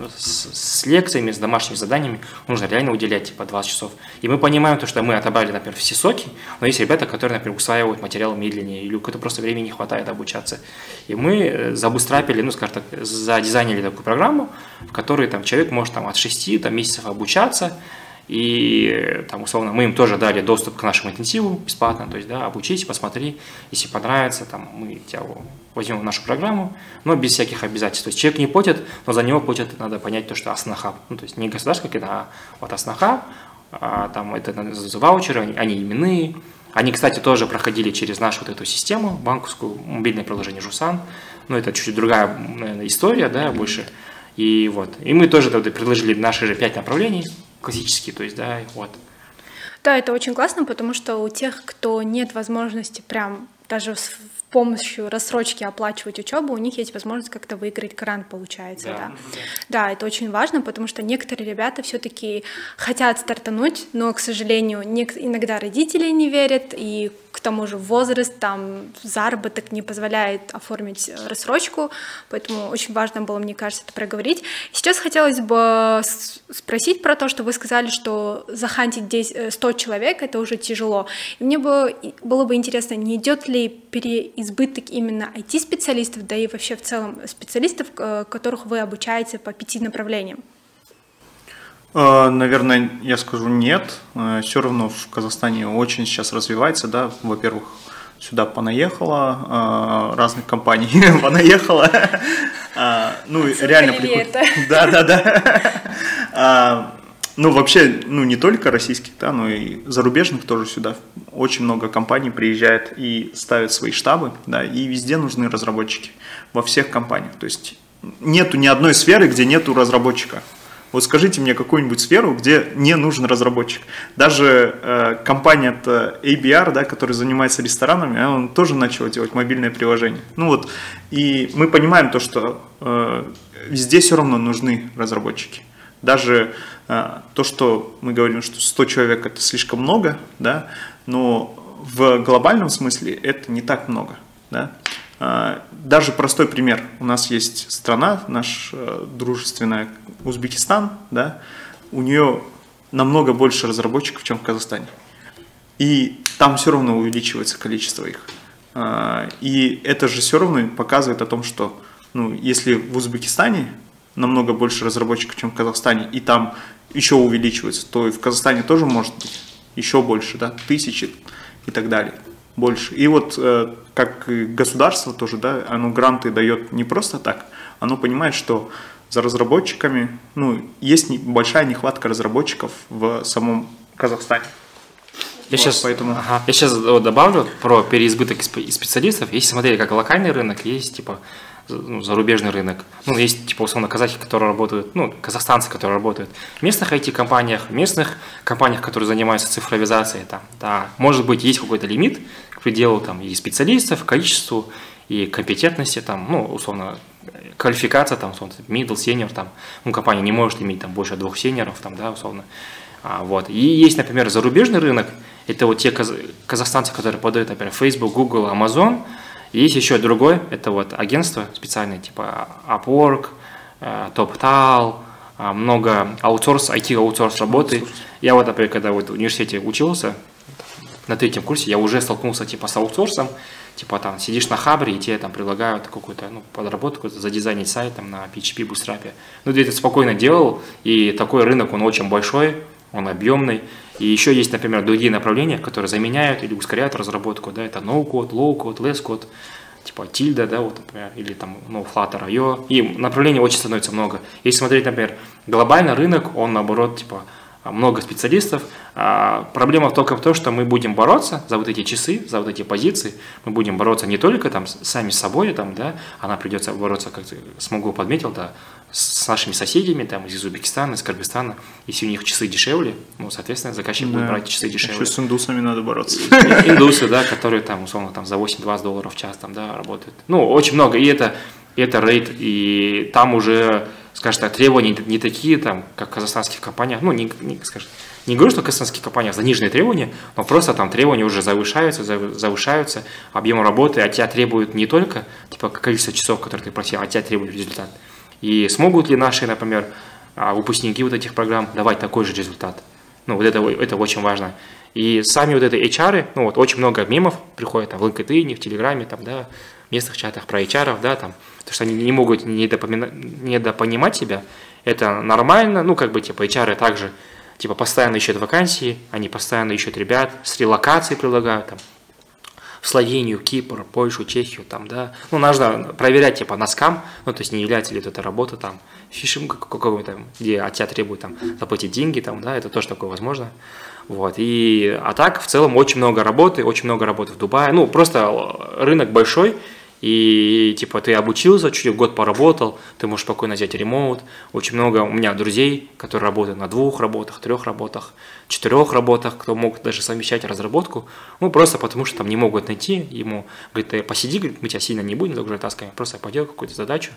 [SPEAKER 1] с лекциями, с домашними заданиями, нужно реально уделять, типа, 20 часов. И мы понимаем то, что мы отобрали, например, все соки, но есть ребята, которые, например, усваивают материал медленнее, или у кого-то просто времени не хватает обучаться. И мы забустрапили, ну, скажем так, задизайнили такую программу, в которой там человек может там от 6 там, месяцев обучаться, И там, условно, мы им тоже дали доступ к нашему интенсиву бесплатно, то есть, да, обучись, посмотри, если понравится, там, мы тебя возьмем в нашу программу, но без всяких обязательств. То есть человек не платит, но за него платят, надо понять то, что Аснахаб, ну, то есть не государство, а вот Аснахаб, там это ваучеры, они именные. Они, кстати, тоже проходили через нашу вот эту систему банковскую, мобильное приложение Жусан, но это чуть-чуть другая, наверное, история, да, больше. И вот, и мы тоже тогда предложили наши же 5 направлений, классические, то есть, да, вот.
[SPEAKER 3] Да, это очень классно, потому что у тех, кто нет возможности прям даже с помощью рассрочки оплачивать учебу, у них есть возможность как-то выиграть грант, получается, да. Да, это очень важно, потому что некоторые ребята все-таки хотят стартануть, но, к сожалению, иногда родители не верят, и к тому же возраст, там, заработок не позволяет оформить рассрочку, поэтому очень важно было, мне кажется, это проговорить. Сейчас хотелось бы спросить про то, что вы сказали, что захантить 100 человек — это уже тяжело. И мне было бы интересно, не идет ли переизбыток именно IT-специалистов, да и вообще в целом специалистов, которых вы обучаете по 5 направлениям?
[SPEAKER 2] Наверное, я скажу нет. Все равно в Казахстане очень сейчас развивается, да. Во-первых, сюда понаехало, разных компаний понаехало. Ну, реально прикольно. Да. Ну, вообще, ну, не только российских, да, но и зарубежных тоже сюда. Очень много компаний приезжает и ставят свои штабы, да, и везде нужны разработчики. Во всех компаниях. То есть нету ни одной сферы, где нету разработчика. Вот скажите мне какую-нибудь сферу, где не нужен разработчик. Даже компания-то ABR, да, которая занимается ресторанами, он тоже начал делать мобильное приложение. Ну вот, и мы понимаем то, что везде все равно нужны разработчики. Даже то, что мы говорим, что 100 человек это слишком много, да, но в глобальном смысле это не так много, да. Даже простой пример. У нас есть страна, наша дружественная, Узбекистан, да, у нее намного больше разработчиков, чем в Казахстане. И там все равно увеличивается количество их. И это же все равно показывает о том, что, ну, если в Узбекистане намного больше разработчиков, чем в Казахстане, и там еще увеличивается, то и в Казахстане тоже может быть еще больше, да, тысячи и так далее. Больше. И вот как и государство тоже, да, оно гранты дает не просто так, оно понимает, что за разработчиками, ну, есть большая нехватка разработчиков в самом Казахстане.
[SPEAKER 1] Я сейчас добавлю про переизбыток специалистов. Если смотреть как локальный рынок, есть типа зарубежный рынок. Ну, есть типа условно казахи, которые работают, ну, казахстанцы, которые работают в местных IT-компаниях, местных компаниях, которые занимаются цифровизацией. Там, да, может быть, есть какой-то лимит к пределу там, и специалистов, количеству, и компетентности, там, ну, условно, квалификация, там, условно, middle, senior, там, ну, компания не может иметь там больше 2 сеньоров, там, да, условно. Вот. И есть, например, зарубежный рынок, это вот те казахстанцы, которые подают, например, Facebook, Google, Amazon. И есть еще другой, это вот агентство специальное, типа Upwork, TopTal, много IT-аутсорс работы. Я вот, например, когда вот в университете учился, на 3-м курсе, я уже столкнулся типа с аутсорсом, типа там сидишь на Хабре, и тебе там предлагают какую-то подработку, задизайнить сайт там, на PHP, Bootstrap. Ну, ты это спокойно делал, и такой рынок, он очень большой, он объемный. И еще есть, например, другие направления, которые заменяют или ускоряют разработку, да, это no-code, low-code, less-code, типа Tilda, да, вот, например, или там, ну, Flutter, IO, и направлений очень становится много. Если смотреть, например, глобальный рынок, он, наоборот, типа, много специалистов. Проблема только в том, что мы будем бороться за вот эти часы, за вот эти позиции. Мы будем бороться не только там сами с собой, там, да, а нам придется бороться, как Смогул подметил, да, с нашими соседями там, из Узбекистана, из Кыргызстана. Если у них часы дешевле, ну, соответственно, заказчик будет брать часы дешевле.
[SPEAKER 2] Еще с индусами надо бороться.
[SPEAKER 1] Индусы, да, которые там, условно, там, за $8-20 в час там, да, работают. Ну, очень много. И это рейд, и там уже, скажем так, требования не такие, там, как в казахстанских компаниях. Ну, не говорю, что в казахстанских компаниях заниженные требования, но просто там требования уже завышаются, объем работы, от тебя требуют не только типа количество часов, которые ты просил, а от тебя требуют результат. И смогут ли наши, например, выпускники вот этих программ давать такой же результат? Ну, вот это очень важно. И сами вот эти HR, ну, вот очень много мемов приходит там, в LinkedIn, в Телеграме, там, да, в местных чатах про HR, да, там, потому что они не могут недопонимать себя. Это нормально, ну, как бы, типа, HR также типа постоянно ищут вакансии, они постоянно ищут ребят, с релокацией предлагают, там, в Словению, Кипр, Польшу, Чехию, там, да. Ну, нужно проверять, типа, на скам, ну, то есть не является ли эта работа, там, фишинг какого-то, где от тебя требуют, там, заплатить деньги, там, да, это тоже такое возможно. Вот, а так, в целом, очень много работы в Дубае, ну, просто рынок большой, и, типа, ты обучился, чуть год поработал, ты можешь спокойно взять ремоут. Очень много у меня друзей, которые работают на 2 работах, 3 работах, 4 работах, кто могут даже совмещать разработку, ну, просто потому что там не могут найти, ему, говорит, ты посиди, говорит, мы тебя сильно не будем загружать тасками, просто поделай какую-то задачу.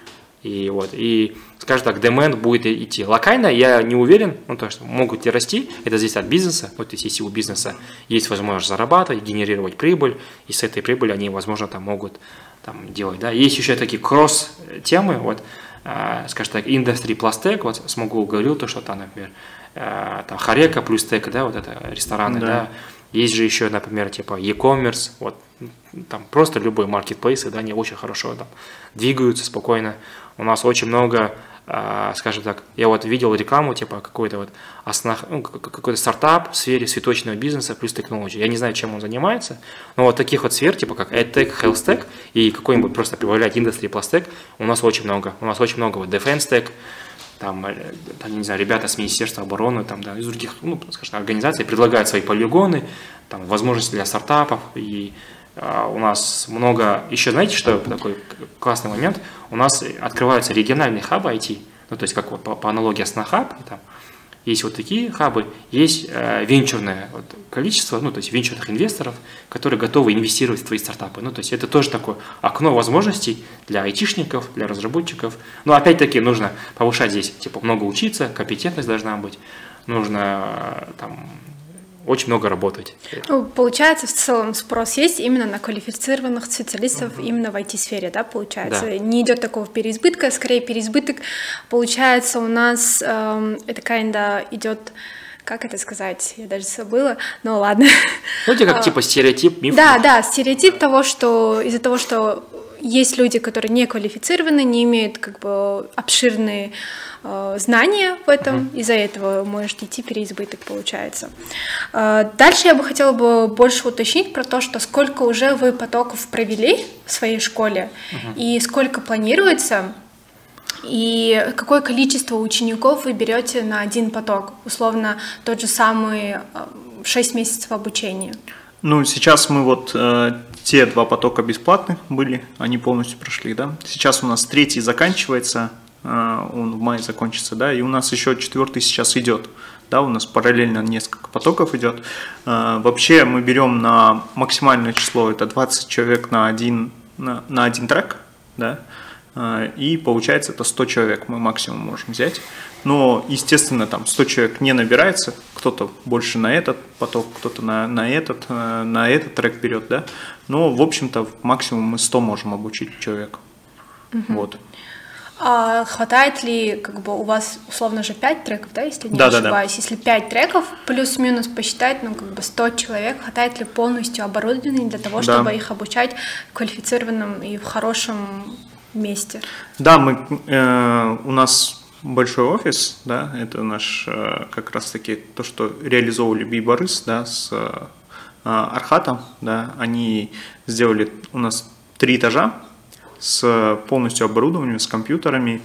[SPEAKER 1] И вот, и, скажем так, demand будет идти. Локально я не уверен, ну, то, что могут и расти, это зависит от бизнеса, вот если у бизнеса есть возможность зарабатывать, генерировать прибыль, и с этой прибыли они, возможно, там могут там делать, да. Есть еще такие кросс-темы, вот, скажем так, industry plus tech, вот Смогул говорил, то, что там, например, там Хорека плюс tech, да, вот это рестораны, да. Есть же еще, например, типа e-commerce, вот, там просто любые маркетплейсы, да, они очень хорошо там двигаются спокойно. У нас очень много, скажем так, я вот видел рекламу, типа какой-то вот какой-то стартап в сфере цветочного бизнеса плюс технологий. Я не знаю, чем он занимается, но вот таких вот сфер, типа как EdTech, HealthTech и какой-нибудь просто прибавлять Industry plus Tech, у нас очень много. У нас очень много вот Defense Tech, там, не знаю, ребята с Министерства обороны, там, да, из других, ну, скажем, организаций предлагают свои полигоны, там, возможности для стартапов, и у нас много, еще знаете, что такой классный момент, у нас открываются региональные хабы IT, ну, то есть, как вот по аналогии Снахаб, там, есть вот такие хабы, есть венчурное вот количество, ну, то есть венчурных инвесторов, которые готовы инвестировать в твои стартапы. Ну, то есть это тоже такое окно возможностей для айтишников, для разработчиков. Но опять-таки нужно повышать здесь, типа, много учиться, компетентность должна быть, нужно там очень много работать.
[SPEAKER 3] Ну, получается, в целом спрос есть именно на квалифицированных специалистов именно в IT-сфере, да, получается? Да. Не идет такого переизбытка, скорее переизбыток. Получается, у нас это идет, как это сказать, я даже забыла, но ладно.
[SPEAKER 1] Ну, это как типа стереотип, миф.
[SPEAKER 3] Да, стереотип того, что из-за того, что есть люди, которые не квалифицированы, не имеют как бы обширные знания в этом, из-за этого может идти переизбыток, получается. Дальше я бы хотела больше уточнить про то, что сколько уже вы потоков провели в своей школе и сколько планируется, и какое количество учеников вы берете на один поток, условно тот же самый 6 месяцев обучения.
[SPEAKER 2] Ну, сейчас мы вот те 2 потока бесплатных были, они полностью прошли, да. Сейчас у нас 3-й заканчивается, он в мае закончится, да, и у нас еще 4-й сейчас идет, да, у нас параллельно несколько потоков идет. Вообще мы берем на максимальное число, это 20 человек на один трек, да, и получается это 100 человек мы максимум можем взять. Но, естественно, там 100 человек не набирается, кто-то больше на этот поток, кто-то на этот трек берет, да. Но, в общем-то, максимум мы 100 можем обучить человека. Вот.
[SPEAKER 3] А хватает ли, как бы, у вас условно же 5 треков, да, если не ошибаюсь? Да. Если 5 треков, плюс-минус посчитать, ну, как бы 100 человек, хватает ли полностью оборудования для того, чтобы их обучать в квалифицированном и в хорошем месте? Да,
[SPEAKER 2] у нас большой офис, да, это наш как раз-таки то, что реализовывали Биборыс, да, с Архатом, да, они сделали у нас 3 этажа, с полностью оборудованием, с компьютерами.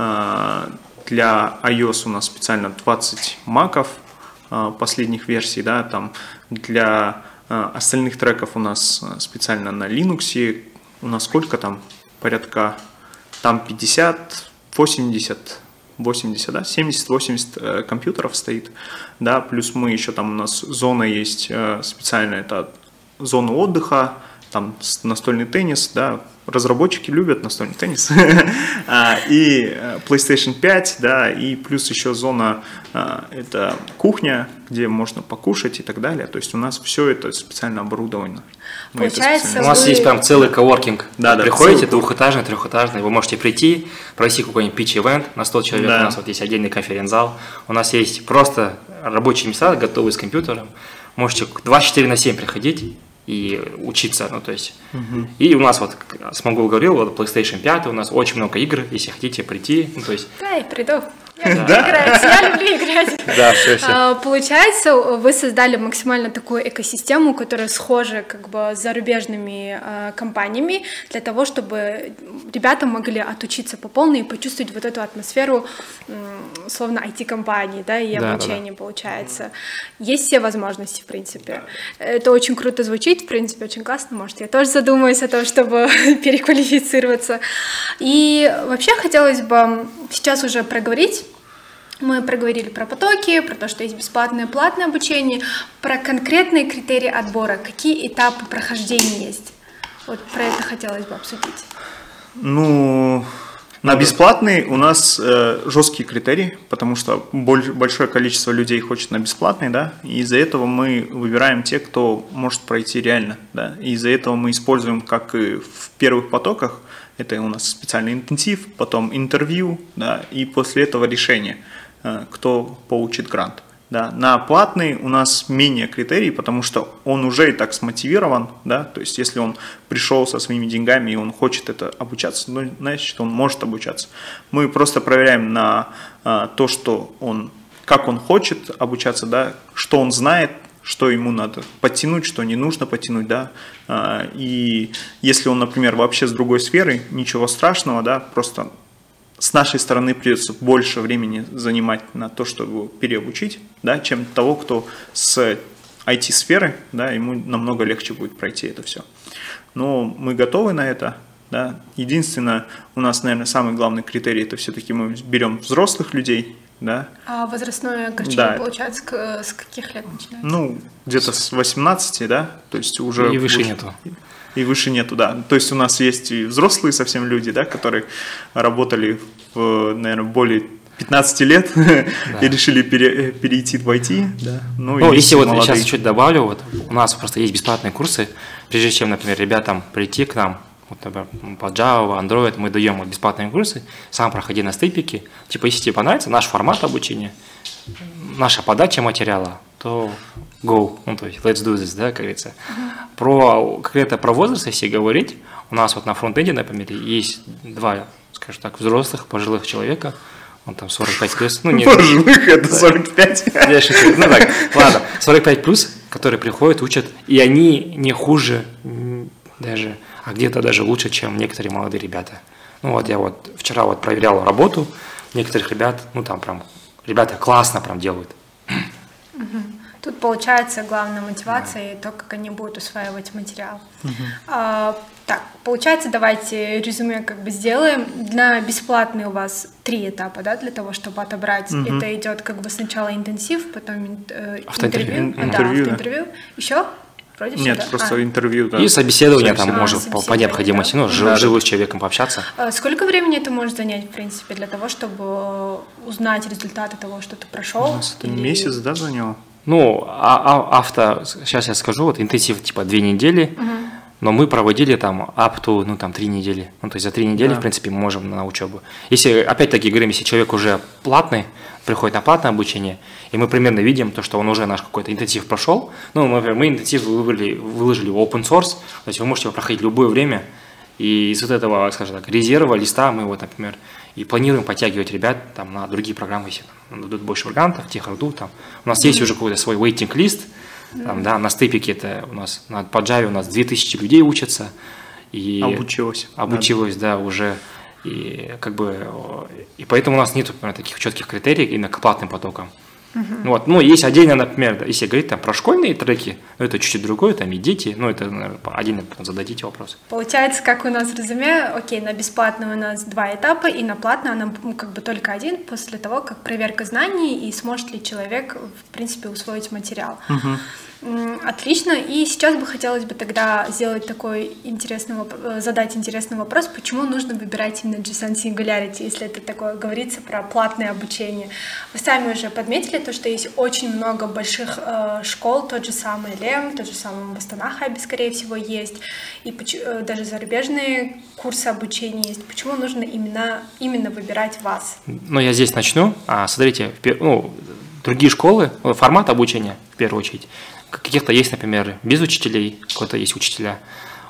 [SPEAKER 2] Для iOS у нас специально 20 маков последних версий, да, там для остальных треков у нас специально на Linux. У нас сколько там? Порядка там 50, 80, да, 70-80 компьютеров стоит, да, плюс мы еще там у нас зона есть специальная, это зона отдыха, там настольный теннис, да, разработчики любят настольный теннис, и PlayStation 5, да, и плюс еще зона, это кухня, где можно покушать и так далее, то есть у нас все это специально оборудовано.
[SPEAKER 3] Получается,
[SPEAKER 1] у нас есть прям целый коворкинг,
[SPEAKER 2] да,
[SPEAKER 1] приходите, двухэтажный, трехэтажный, вы можете прийти, провести какой-нибудь pitch-event на 100 человек, у нас вот есть отдельный конференц-зал, у нас есть просто рабочие места, готовые с компьютером, можете 24/7 приходить и учиться, ну, то есть, и у нас вот, Смогул говорил, вот PlayStation 5, у нас очень много игр, если хотите прийти, ну, то есть.
[SPEAKER 3] Да, я приду. Я люблю играть.
[SPEAKER 1] Да, все.
[SPEAKER 3] Получается, вы создали максимально такую экосистему, которая схожа как бы с зарубежными компаниями, для того, чтобы ребята могли отучиться по полной и почувствовать вот эту атмосферу, словно IT-компании, да, и обучения, получается. Есть все возможности, в принципе. Это очень круто звучит, в принципе, очень классно. Может, я тоже задумаюсь о том, чтобы переквалифицироваться. И вообще хотелось бы сейчас уже проговорить. Мы проговорили про потоки, про то, что есть бесплатное и платное обучение, про конкретные критерии отбора, какие этапы прохождения есть. Вот про это хотелось бы обсудить.
[SPEAKER 2] Ну, на бесплатный у нас жесткие критерии, потому что большое количество людей хочет на бесплатный, да, и из-за этого мы выбираем тех, кто может пройти реально, да, и из-за этого мы используем, как и в первых потоках, это у нас специальный интенсив, потом интервью, да, и после этого решение, кто получит грант. Да. На платный у нас менее критерий, потому что он уже и так смотивирован, да, то есть если он пришел со своими деньгами и он хочет это обучаться, ну, значит, он может обучаться. Мы просто проверяем на то, что он, как он хочет обучаться, да, что он знает, что ему надо подтянуть, что не нужно подтянуть, да, и если он, например, вообще с другой сферы, ничего страшного, да, просто с нашей стороны придется больше времени занимать на то, чтобы его переобучить, да, чем того, кто с IT-сферы, да, ему намного легче будет пройти это все. Но мы готовы на это, да. Единственное, у нас, наверное, самый главный критерий, это все-таки мы берем взрослых людей, да.
[SPEAKER 3] А возрастное ограничение, да, получается, с каких лет начинается?
[SPEAKER 2] Ну, где-то с 18, да, то есть уже...
[SPEAKER 1] И выше нету.
[SPEAKER 2] И выше нету, да. То есть у нас есть и взрослые совсем люди, да, которые работали, наверное, более 15 лет и решили перейти в IT. Да.
[SPEAKER 1] Ну, если вот молодые. Сейчас чуть добавлю, вот у нас просто есть бесплатные курсы, прежде чем, например, ребятам прийти к нам, вот, например, по Java, Android, мы даем вот бесплатные курсы, сам проходи на степике. Типа, если тебе понравится наш формат обучения, наша подача материала, то go, ну, то есть let's do this, да, как говорится. Про возраст, если говорить, у нас вот на фронтенде, например, есть два, скажем так, взрослых, пожилых человека, он там 45 плюс. Ну,
[SPEAKER 2] пожилых, это 45.
[SPEAKER 1] Я шучу. Ну так, ладно, 45 плюс, которые приходят, учат, и они не хуже даже, а где-то даже лучше, чем некоторые молодые ребята. Ну вот я вот вчера вот проверял работу некоторых ребят, ну там прям ребята классно прям делают.
[SPEAKER 3] Тут получается главная мотивация и то, как они будут усваивать материал. Так, получается, давайте резюме как бы сделаем. На бесплатный у вас 3 этапа, да, для того, чтобы отобрать. Это идет как бы сначала интенсив, потом интервью. Еще? Вроде
[SPEAKER 2] нет, все, просто интервью. Да.
[SPEAKER 1] И собеседование там может по необходимости, да? Ну, живым с человеком пообщаться.
[SPEAKER 3] Сколько времени это может занять, в принципе, для того, чтобы узнать результаты того, что ты прошел?
[SPEAKER 2] У нас это месяц, да, заняло?
[SPEAKER 1] Ну, сейчас я скажу, вот интенсив типа 2 недели, но мы проводили там up to, ну, там 3 недели. Ну, то есть за 3 недели, в принципе, мы можем на учебу. Если, опять-таки, говорим, если человек уже платный, приходит на платное обучение, и мы примерно видим то, что он уже наш какой-то интенсив прошел, ну, например, мы интенсив выложили в open source, то есть вы можете его проходить в любое время, и из вот этого, скажем так, резерва, листа мы вот, например, и планируем подтягивать ребят там на другие программы, если дадут больше вариантов, техорду, там. У нас есть уже какой-то свой waiting list, там, да, на степике это у нас, по Java у нас 2000 людей учатся. И обучилось, да, уже. И как бы, и поэтому у нас нет, например, таких четких критериев именно к платным потокам. Вот. Ну, есть отдельно, например, если говорить там про школьные треки, ну, это чуть-чуть другое, там и дети, ну, это, наверное, отдельно зададите вопрос.
[SPEAKER 3] Получается, как у нас в резюме, окей, на бесплатном у нас 2 этапа, и на платном нам как бы только 1, после того, как проверка знаний, и сможет ли человек, в принципе, усвоить материал. Отлично, и сейчас бы хотелось бы тогда сделать такой задать интересный вопрос, почему нужно выбирать именно JSON Singularity, если это такое говорится про платное обучение. Вы сами уже подметили то, что есть очень много больших школ, тот же самый LEM, тот же самый в Астана Хабе, скорее всего, есть, и даже зарубежные курсы обучения есть. Почему нужно именно выбирать вас?
[SPEAKER 1] Ну, я здесь начну. Смотрите, другие школы, формат обучения, в первую очередь, каких-то есть, например, без учителей, какой-то есть учителя.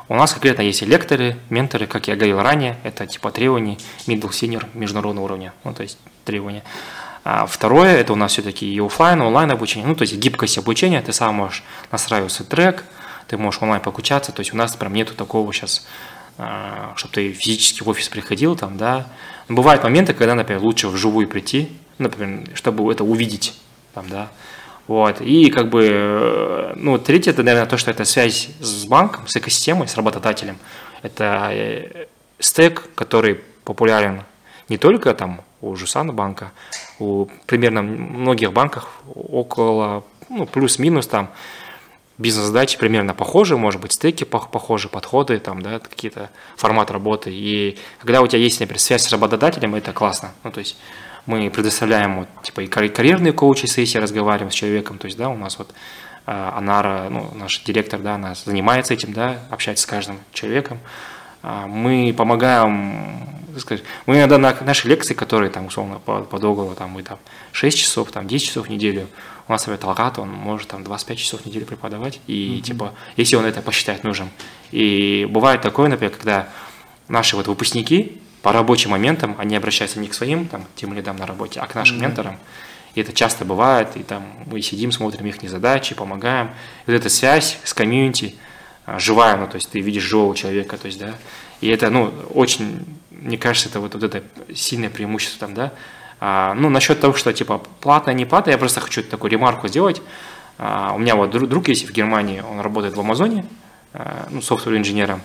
[SPEAKER 1] У нас конкретно есть и лекторы, менторы, как я говорил ранее, это типа требования middle senior международного уровня, ну, то есть требования. А второе, это у нас все-таки и офлайн, и онлайн обучение, ну, то есть гибкость обучения, ты сам можешь настраивать свой трек, ты можешь онлайн покучаться, то есть у нас прям нету такого сейчас, чтобы ты физически в офис приходил, там, да. Но бывают моменты, когда, например, лучше вживую прийти, например, чтобы это увидеть, там, да. Вот. И как бы, ну, третье, это, наверное, то, что это связь с банком, с экосистемой, с работодателем. Это стек, который популярен не только там у Жусана банка, у примерно многих банках около, ну, плюс-минус там бизнес-задачи примерно похожи, может быть, стеки похожи, подходы, там, да, какие-то формат работы. И когда у тебя есть, например, связь с работодателем, это классно. Ну, то есть мы предоставляем вот, типа, и карьерные коучи сессии, разговариваем с человеком, то есть, да, у нас вот Анара, ну, наш директор, да, она занимается этим, да, общается с каждым человеком. Мы помогаем, так сказать, мы иногда на наши лекции, которые там, условно, по договору, там, мы там 6 часов, там, 10 часов в неделю, у нас, например, Талгат, он может там 25 часов в неделю преподавать, и, типа, если он это посчитает нужным. И бывает такое, например, когда наши вот выпускники по рабочим моментам, они обращаются не к своим там тимлидам на работе, а к нашим менторам. И это часто бывает, и там мы сидим, смотрим их задачи, помогаем. И вот эта связь с комьюнити живая, ну, то есть ты видишь живого человека, то есть, да. И это, ну, очень, мне кажется, это вот это сильное преимущество там, да. Ну, насчет того, что, типа, платно, не платно, я просто хочу такую ремарку сделать. У меня вот друг есть в Германии, он работает в Амазоне, ну, софтвер-инженером.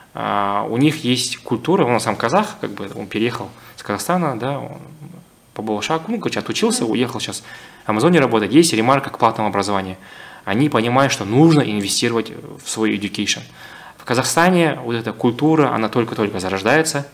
[SPEAKER 1] У них есть культура, он сам казах, как бы он переехал с Казахстана, да, он по Балашаку, ну, короче, отучился, уехал сейчас в Амазоне работать. Есть ремарка к платному образованию. Они понимают, что нужно инвестировать в свой education. В Казахстане вот эта культура, она только-только зарождается.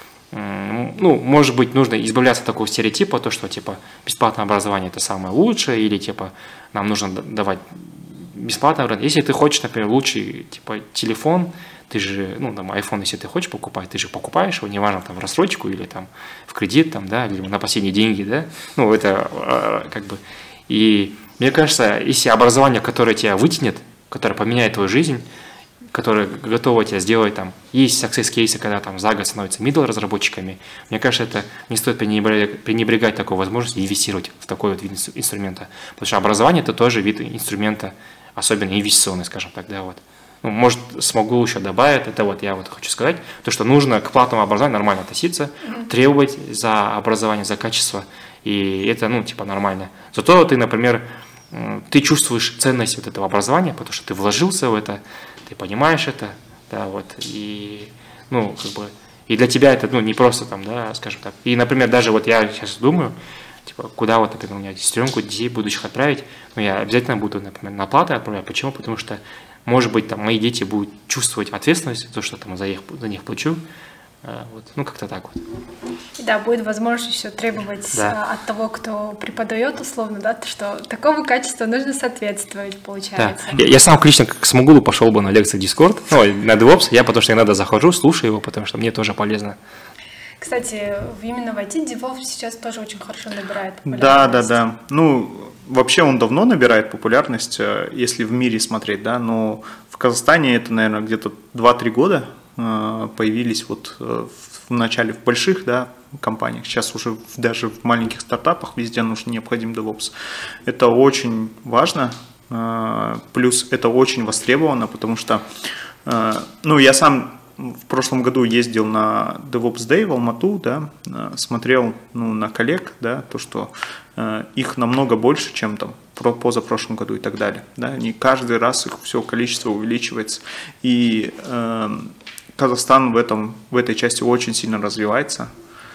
[SPEAKER 1] Ну, может быть, нужно избавляться от такого стереотипа, то, что, типа, бесплатное образование – это самое лучшее, или, типа, нам нужно давать бесплатное образование. Если ты хочешь, например, лучший, типа, телефон, ты же, ну, там, iPhone, если ты хочешь покупать, ты же покупаешь его, неважно, там, в рассрочку или там в кредит, там, да, или на последние деньги, да, ну, это как бы, и мне кажется, если образование, которое тебя вытянет, которое поменяет твою жизнь, которое готово тебя сделать, там, есть success кейсы, когда там за год становятся middle разработчиками, мне кажется, это не стоит пренебрегать такой возможностью инвестировать в такой вот вид инструмента, потому что образование – это тоже вид инструмента, особенно инвестиционный, скажем так, да, вот. Ну, может, смогу еще добавить, это вот я вот хочу сказать, то, что нужно к платному образованию нормально относиться, требовать за образование, за качество, и это, ну, типа, нормально. Зато ты, например, ты чувствуешь ценность вот этого образования, потому что ты вложился в это, ты понимаешь это, да, вот, и, ну, как бы, и для тебя это, ну, не просто там, да, скажем так. И, например, даже вот я сейчас думаю, типа, куда вот, например, у меня сестренку, детей будущих отправить, но я обязательно буду, например, на платы отправлять. Почему? Потому что, может быть, там мои дети будут чувствовать ответственность за то, что там за них плачу. Вот. Ну, как-то так вот.
[SPEAKER 3] Да, будет возможность еще требовать от того, кто преподает условно, да, что такого качества нужно соответствовать, получается.
[SPEAKER 1] Да. Я сам лично к Смогулу пошел бы на лекции Discord, ну, на DevOps, я потому что иногда захожу, слушаю его, потому что мне тоже полезно.
[SPEAKER 3] Кстати, именно в IT DevOps сейчас тоже очень хорошо набирает популярность.
[SPEAKER 2] Да. Ну, вообще он давно набирает популярность, если в мире смотреть, да, но в Казахстане это, наверное, где-то 2-3 года появились вот в начале в больших, да, компаниях, сейчас уже даже в маленьких стартапах везде нужен необходим DevOps. Это очень важно, плюс это очень востребовано, потому что, ну, я сам в прошлом году ездил на DevOps Day в Алмату, да, смотрел, ну, на коллег, да, то, что их намного больше, чем там позапрошлом году и так далее, да, не каждый раз их все количество увеличивается, и Казахстан в этой части очень сильно развивается.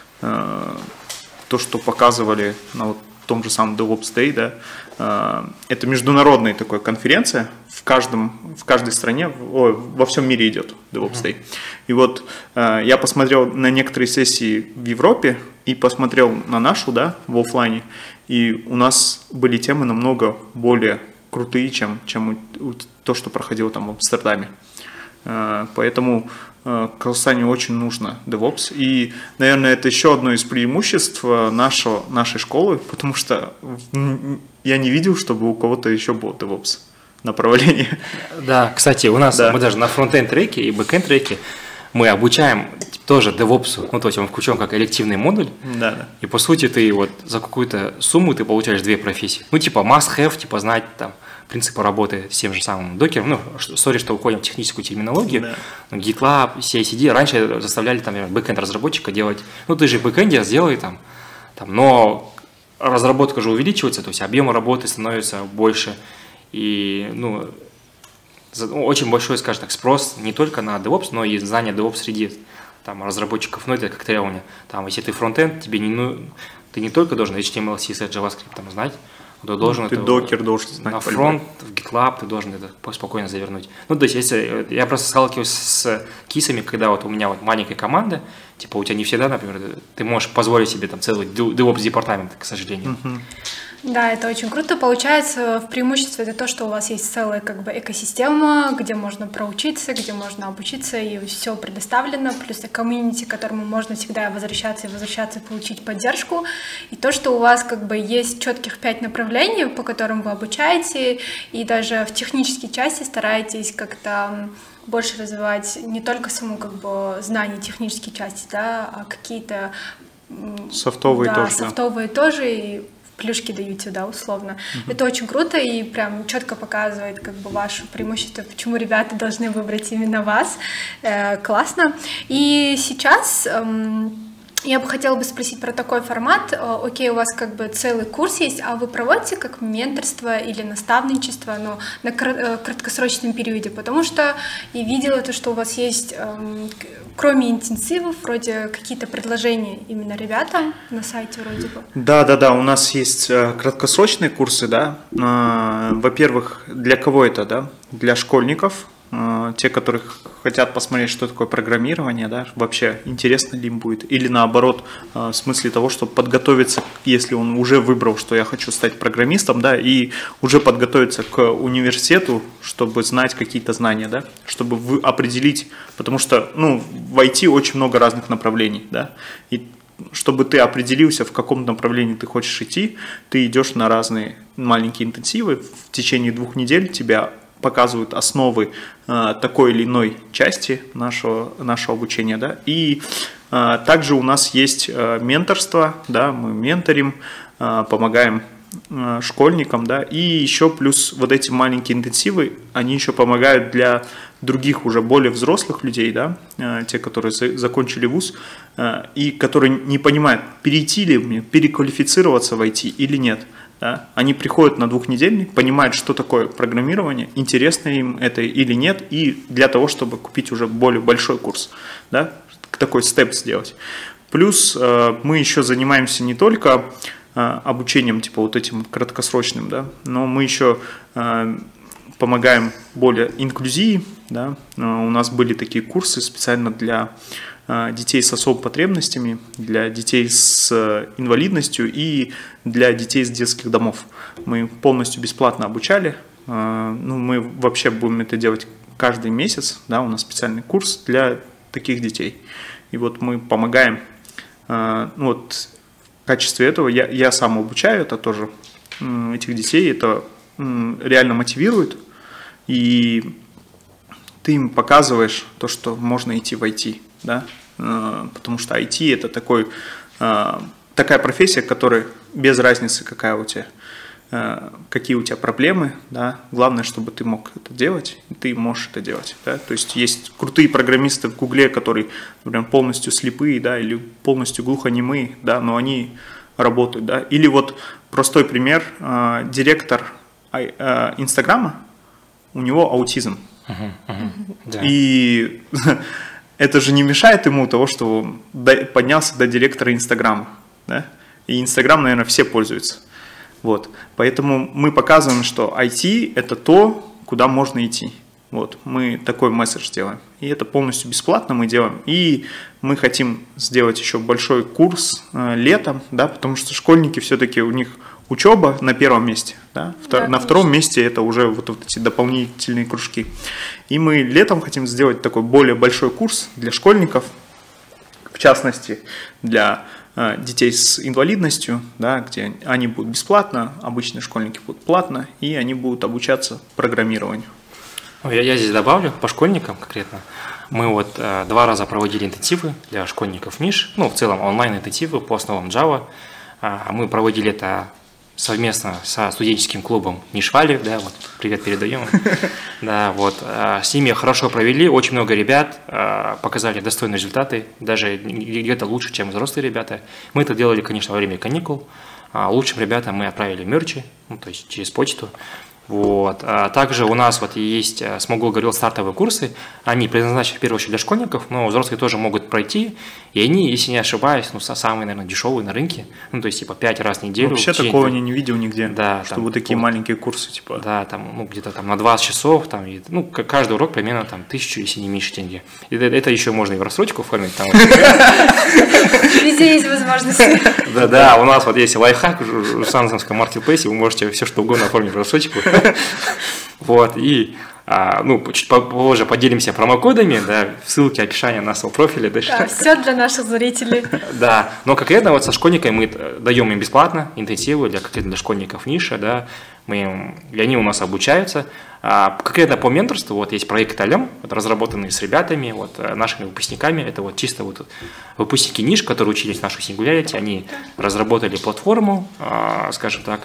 [SPEAKER 2] То, что показывали на вот том же самом DevOps Day, да, это международная такая конференция, в каждой стране, во всем мире идет DevOps Day. И вот я посмотрел на некоторые сессии в Европе и посмотрел на нашу, да, в офлайне, и у нас были темы намного более крутые, чем то, что проходило там в Амстердаме. Поэтому Казахстане очень нужно DevOps. И, наверное, это еще одно из преимуществ нашей школы, потому что я не видел, чтобы у кого-то еще был DevOps. направлении.
[SPEAKER 1] Да, кстати, у нас
[SPEAKER 2] Да.
[SPEAKER 1] мы даже на фронт-энд треке и бэк-энд треке мы обучаем тоже DevOps, ну, то есть он включен как элективный модуль,
[SPEAKER 2] Да.
[SPEAKER 1] и по сути ты вот за какую-то сумму ты получаешь две профессии. Ну, типа must-have, типа знать там принципы работы с тем же самым докером. Ну, сори, что уходим в техническую терминологию.
[SPEAKER 2] Да.
[SPEAKER 1] Ну, GitLab, CI/CD. Раньше заставляли там, например, бэкэнд-разработчика делать, ну, ты же в бэкэнде сделай там, но разработка же увеличивается, то есть объем работы становится больше, и, ну, очень большой, скажем так, спрос не только на DevOps, но и знание DevOps среди там разработчиков, ну, это как требование. Там, если ты фронтенд, тебе ты не только должен HTML, CSS, JavaScript там знать, ты должен
[SPEAKER 2] Ты
[SPEAKER 1] это
[SPEAKER 2] докер должен знать.
[SPEAKER 1] на
[SPEAKER 2] по-любому.
[SPEAKER 1] фронт, в GitLab ты должен это спокойно завернуть. Ну, то есть, если я просто сталкиваюсь с кейсами, когда вот у меня вот маленькая команда, типа у тебя не всегда, например, ты можешь позволить себе там целый DevOps департамент, к сожалению.
[SPEAKER 3] Да, это очень круто. Получается, в преимуществе это то, что у вас есть целая как бы экосистема, где можно проучиться, где можно обучиться, и все предоставлено, плюс комьюнити, к которому можно всегда возвращаться, получить поддержку. И то, что у вас как бы есть четких 5 направлений, по которым вы обучаете, и даже в технической части стараетесь как-то больше развивать не только саму как бы знание технической части, да, а какие-то
[SPEAKER 2] Софтовые тоже.
[SPEAKER 3] софтовые тоже, и плюшки даете, да, условно. Это очень круто и прям четко показывает как бы ваше преимущество, почему ребята должны выбрать именно вас. Классно. И сейчас я бы хотела бы спросить про такой формат. Окей, у вас как бы целый курс есть, а вы проводите как менторство или наставничество, но на краткосрочном периоде? Потому что я видела то, что у вас есть, кроме интенсивов, вроде какие-то предложения именно ребятам на сайте вроде бы.
[SPEAKER 2] Да, у нас есть краткосрочные курсы, да. Во-первых, для кого это, да? Для школьников, те, которые хотят посмотреть, что такое программирование, да, вообще интересно ли им будет, или наоборот, в смысле того, чтобы подготовиться, если он уже выбрал, что я хочу стать программистом, да, и уже подготовиться к университету, чтобы знать какие-то знания, да, чтобы определить, потому что, ну, в IT очень много разных направлений, да, и чтобы ты определился, в каком направлении ты хочешь идти, ты идешь на разные маленькие интенсивы, в течение 2 недель тебя показывают основы такой или иной части нашего обучения, да, и также у нас есть менторство, да, мы менторим, помогаем школьникам, да, и еще плюс вот эти маленькие интенсивы, они еще помогают для других уже более взрослых людей, да, те, которые закончили вуз, и которые не понимают, перейти ли мне, переквалифицироваться в IT или нет. Да? Они приходят на 2-недельник, понимают, что такое программирование, интересно им это или нет, и для того, чтобы купить уже более большой курс, да? Такой степ сделать. Плюс мы еще занимаемся не только обучением, типа вот этим краткосрочным, да? Но мы еще помогаем более инклюзии, да? У нас были такие курсы специально для детей с особыми потребностями, для детей с инвалидностью и для детей из детских домов. Мы полностью бесплатно обучали. Ну, мы вообще будем это делать каждый месяц. Да, у нас специальный курс для таких детей. И вот мы помогаем. Ну, вот в качестве этого я сам обучаю это тоже, этих детей. Это реально мотивирует. И ты им показываешь то, что можно идти в IT. Да? Потому что IT это такая профессия, которая без разницы, какие у тебя проблемы, да? Главное, чтобы ты мог это делать, и ты можешь это делать. Да? То есть есть крутые программисты в Гугле, которые, например, полностью слепые, да, или полностью глухонемые, да, но они работают. Да? Или вот простой пример, директор Инстаграма, у него аутизм. И это же не мешает ему того, что он поднялся до директора Инстаграма. Да? И Инстаграм, наверное, все пользуются. Вот. Поэтому мы показываем, что IT – это то, куда можно идти. Вот. Мы такой месседж делаем. И это полностью бесплатно мы делаем. И мы хотим сделать еще большой курс летом, да, потому что школьники все-таки, у них учеба на первом месте, да? На втором месте это уже вот эти дополнительные кружки. И мы летом хотим сделать такой более большой курс для школьников, в частности, для детей с инвалидностью, да, где они будут бесплатно, обычные школьники будут платно, и они будут обучаться программированию.
[SPEAKER 1] Я здесь добавлю по школьникам конкретно. Мы вот 2 раза проводили интенсивы для школьников НИШ, в целом онлайн-интенсивы по основам Java. Мы проводили это совместно со студенческим клубом Нишвали, да, вот привет передаем. Да, вот с ними хорошо провели, очень много ребят показали достойные результаты, даже где-то лучше, чем взрослые ребята. Мы это делали, конечно, во время каникул. Лучшим ребятам мы отправили мерчи, то есть через почту. Вот. Также у нас вот есть, Смогул говорил, стартовые курсы, они предназначены в первую очередь для школьников, но взрослые тоже могут пройти, и они, если не ошибаюсь, самые, наверное, дешевые на рынке, то есть, 5 раз в неделю.
[SPEAKER 2] Вообще такого я не видел нигде,
[SPEAKER 1] да,
[SPEAKER 2] чтобы там, такие маленькие курсы,
[SPEAKER 1] Да, где-то на 20 часов, каждый урок примерно 1000, если не меньше тенге. Это еще можно и в рассрочку оформить.
[SPEAKER 3] Везде есть возможности.
[SPEAKER 1] Да, у нас вот есть лайфхак в Русансовском маркетплейсе, вы можете все что угодно оформить в рассрочку. Вот, и чуть попозже поделимся промокодами, да, ссылки, описание нашего профиля.
[SPEAKER 3] Да, все для наших зрителей.
[SPEAKER 1] Да, но конкретно вот со школьниками мы даем им бесплатно интенсивы для школьников ниша, да, и они у нас обучаются. Конкретно по менторству вот есть проект Алем, разработанный с ребятами, нашими выпускниками. Это чисто выпускники ниш, которые учились в нашей Singularity, они разработали платформу, скажем так.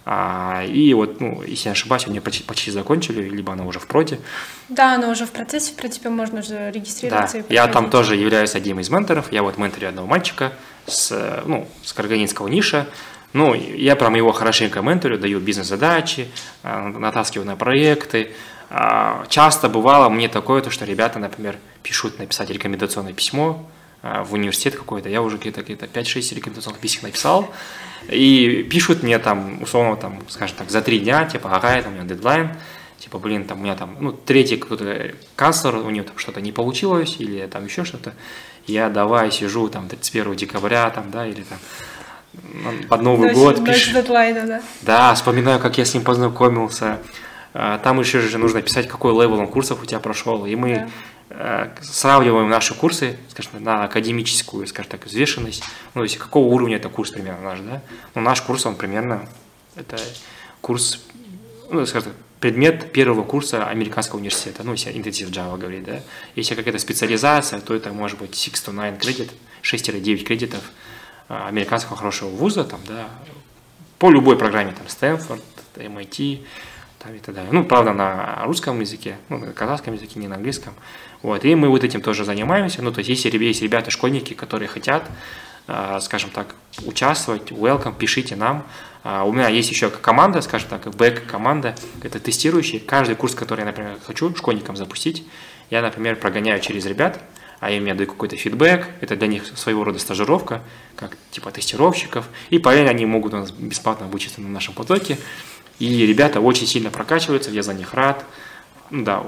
[SPEAKER 1] И если не ошибаюсь, они почти закончили, либо она уже в проде.
[SPEAKER 3] Да, она уже в процессе, в принципе, можно уже регистрироваться.
[SPEAKER 1] Да, я там тоже являюсь одним из менторов. Я менторю одного мальчика с карагандинского ниша. Я прям его хорошенько менторю, даю бизнес-задачи, натаскиваю на проекты. Часто бывало мне такое, что ребята, например, пишут написать рекомендационное письмо в университет какой-то. Я уже где-то 5-6 рекомендационных писем написал. И пишут мне условно, скажем так, за 3 дня, ага, у меня дедлайн, у меня третий какой-то канцлер, у него что-то не получилось, или еще что-то. Я сижу 31 декабря, или под Новый год пишу.
[SPEAKER 3] Дедлайна, да.
[SPEAKER 1] Да, вспоминаю, как я с ним познакомился. Там еще же нужно писать, какой левел он курсов у тебя прошел. И мы сравниваем наши курсы, скажем, на академическую, скажем так, взвешенность. То есть, какого уровня это курс примерно наш, да? Наш курс, он примерно, это курс, скажем так, предмет первого курса американского университета, если интенсив Java говорить, да. Если какая-то специализация, то это может быть 6-9 кредит, 6-9 кредитов американского хорошего вуза, да, по любой программе, Стэнфорд, MIT, и так далее. Правда, на русском языке, на казахском языке, не на английском. И мы этим тоже занимаемся. То есть, если есть ребята, школьники, которые хотят, скажем так, участвовать, welcome, пишите нам. У меня есть еще команда, скажем так, бэк-команда, это тестирующие. Каждый курс, который я, например, хочу школьникам запустить, я, например, прогоняю через ребят, а им я даю какой-то фидбэк, это для них своего рода стажировка, как тестировщиков, и параллельно они могут у нас бесплатно обучиться на нашем потоке. И ребята очень сильно прокачиваются, я за них рад. Да.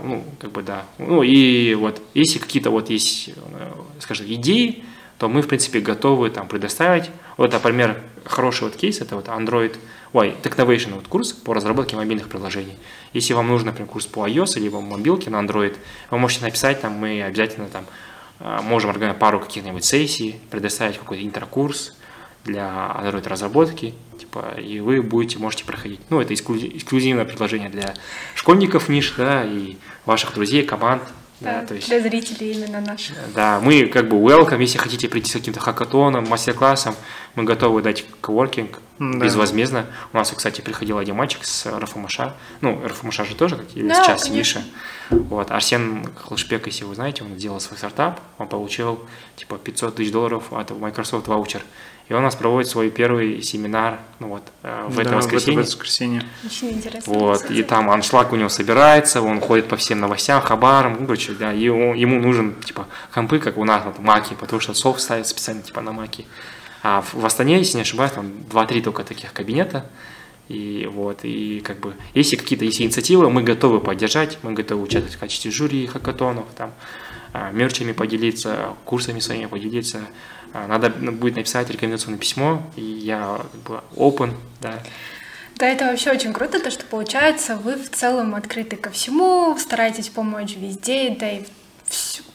[SPEAKER 1] И если какие-то есть, скажем, идеи, то мы, в принципе, готовы предоставить. Например, хороший кейс, это Technovation курс по разработке мобильных приложений. Если вам нужен, например, курс по iOS, либо мобилке на Android, вы можете написать, мы обязательно можем организовать пару каких-нибудь сессий, предоставить какой-то интеркурс для Android-разработки, и вы можете проходить. Это эксклюзивное предложение для школьников ниш, да, и ваших друзей, команд.
[SPEAKER 3] Да, то есть, для зрителей именно наших.
[SPEAKER 1] Да, мы welcome, если хотите прийти с каким-то хакатоном, мастер-классом, мы готовы дать коворкинг безвозмездно. У нас, кстати, приходил один мальчик с РФМШ, РФМШ же тоже, как и сейчас, ниша. Арсен Хлышбек, если вы знаете, он делал свой стартап, он получил $500 000 от Microsoft ваучер. И он у нас проводит свой первый семинар в это воскресенье.
[SPEAKER 3] Очень интересно.
[SPEAKER 1] И там аншлаг у него собирается, он ходит по всем новостям, хабарам, и ему нужен компы, как у нас, маки, потому что софт ставят специально на маки. А в Астане, если не ошибаюсь, там 2-3 только таких кабинета. И если какие-то есть инициативы, мы готовы поддержать, мы готовы участвовать в качестве жюри, хакатонов, мерчами поделиться, курсами своими поделиться. Надо будет написать рекомендационное письмо, и я open, да.
[SPEAKER 3] Да, это вообще очень круто, то, что получается, вы в целом открыты ко всему, стараетесь помочь везде, да и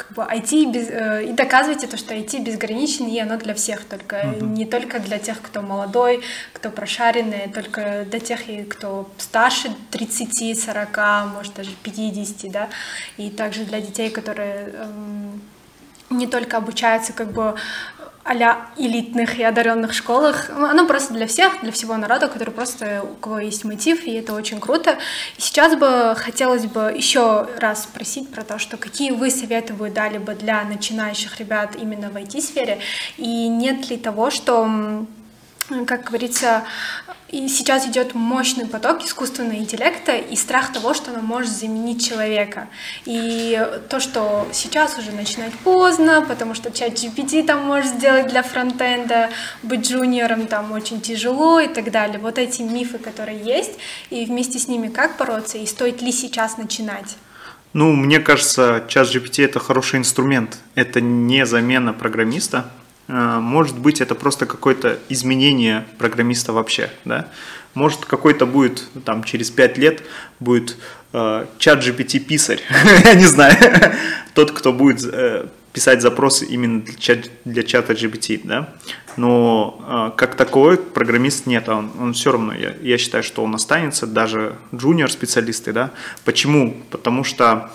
[SPEAKER 3] как бы IT и доказывайте то, что IT безграничен, и оно для всех, только не только для тех, кто молодой, кто прошаренный, только для тех, кто старше 30, 40, может даже 50, да, и также для детей, которые не только обучаются как бы а-ля элитных и одаренных школах, оно просто для всех, для всего народа, который просто, у кого есть мотив, и это очень круто. И сейчас бы хотелось бы еще раз спросить про то, что какие вы советы вы дали бы для начинающих ребят именно в IT-сфере, и нет ли того, что, как говорится, и сейчас идет мощный поток искусственного интеллекта и страх того, что оно может заменить человека. И то, что сейчас уже начинать поздно, потому что ChatGPT там может сделать для фронтенда, быть джуниором там очень тяжело и так далее. Вот эти мифы, которые есть, и вместе с ними как бороться, и стоит ли сейчас начинать?
[SPEAKER 2] Ну, мне кажется, ChatGPT — это хороший инструмент. Это не замена программиста. Может быть, это просто какое-то изменение программиста вообще, да? Может, какой-то будет, там, через 5 лет будет ChatGPT-писарь, я не знаю, тот, кто будет писать запросы именно для чата GPT, да? Но как такой программист нет, он все равно, я считаю, что он останется, даже джуниор-специалисты, да? Почему? Потому что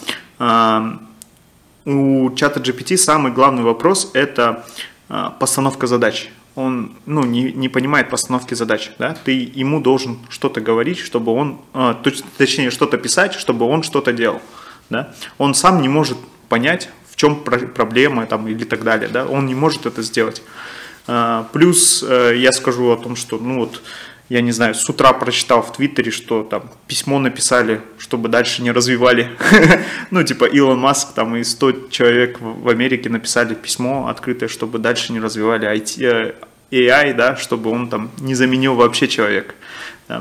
[SPEAKER 2] у чата GPT самый главный вопрос – это постановка задач. Он не понимает постановки задач. Да? Ты ему должен что-то говорить, чтобы он, точнее, что-то писать, чтобы он что-то делал. Да? Он сам не может понять, в чем проблема там, или так далее. Да? Он не может это сделать. Плюс я скажу о том, что я не знаю, с утра прочитал в Твиттере, что там письмо написали, чтобы дальше не развивали. Типа Илон Маск там и 100 человек в Америке написали письмо открытое, чтобы дальше не развивали AI, да, чтобы он там не заменил вообще человека. Да.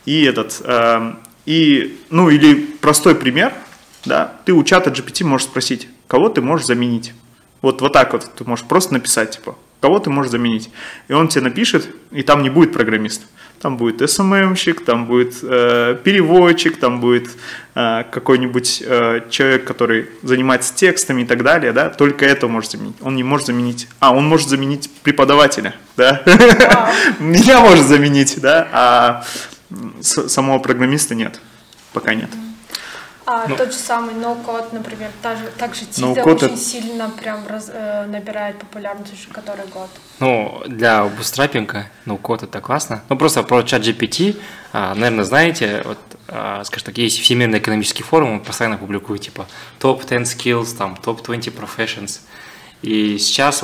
[SPEAKER 2] Или простой пример, да, ты у чата GPT можешь спросить, кого ты можешь заменить. Вот так вот ты можешь просто написать, типа, кого ты можешь заменить. И он тебе напишет, и там не будет программиста. Там будет SMM-щик, там будет переводчик, там будет какой-нибудь человек, который занимается текстами и так далее, да, только это может заменить. Он не может заменить, он может заменить преподавателя, да, меня может заменить, да, а самого программиста нет, пока нет.
[SPEAKER 3] Тот же самый ноу-код, например, также Тильда очень сильно прям набирает популярность уже который год.
[SPEAKER 1] Для бустрапинга ноу-код это классно. Просто про ChatGPT, наверное, знаете, скажем так, есть Всемирный экономический форум, он постоянно публикует типа топ-10 skills, там, топ-20 professions. И сейчас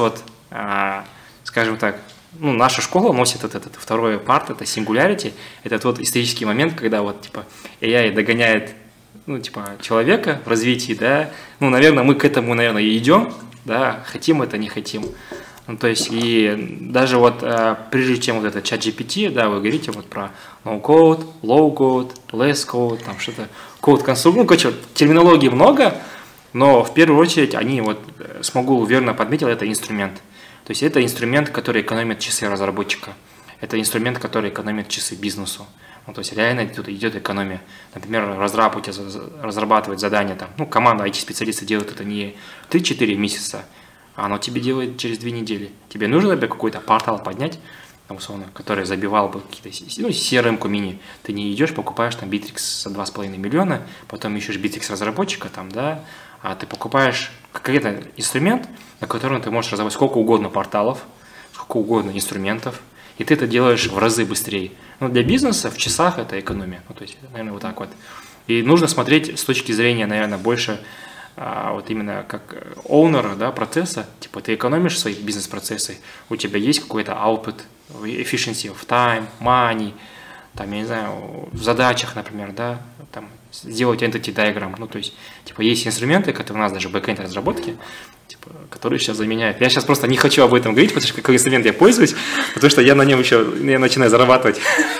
[SPEAKER 1] скажем так, наша школа носит этот второй парт, это Singularity, это тот исторический момент, когда AI догоняет человека в развитии, да, наверное, мы к этому, наверное, и идем, да, хотим это, не хотим. То есть, и даже прежде чем этот чат GPT, да, вы говорите про no-code, low-code, less-code, там что-то, code-конструкт, терминологии много, но в первую очередь они, Смогул верно подметил, это инструмент. То есть, это инструмент, который экономит часы разработчика, это инструмент, который экономит часы бизнесу. То есть реально тут идет экономия. Например, разрабатывать задания, команда IT-специалисты делают это не 3-4 месяца, а оно тебе делает через 2 недели. Тебе нужно какой-то портал поднять, условно, который забивал бы какие-то, CRM-ку мини. Ты не идешь, покупаешь там Bittrex за 2,5 миллиона, потом ищешь Bittrex разработчика, а ты покупаешь какой-то инструмент, на котором ты можешь разработать сколько угодно порталов, сколько угодно инструментов, и ты это делаешь в разы быстрее. Для бизнеса в часах это экономия. То есть, наверное, вот так вот. И нужно смотреть с точки зрения, наверное, больше именно как оунера, да, процесса. Типа ты экономишь свои бизнес-процессы, у тебя есть какой-то output, efficiency of time, money, там, я не знаю, в задачах, например, да, там, сделать entity diagram. То есть, есть инструменты, которые у нас даже в бэкэнд разработки, которые сейчас заменяют. Я сейчас просто не хочу об этом говорить, потому что какой инструмент я пользуюсь, потому что я на нем еще начинаю зарабатывать.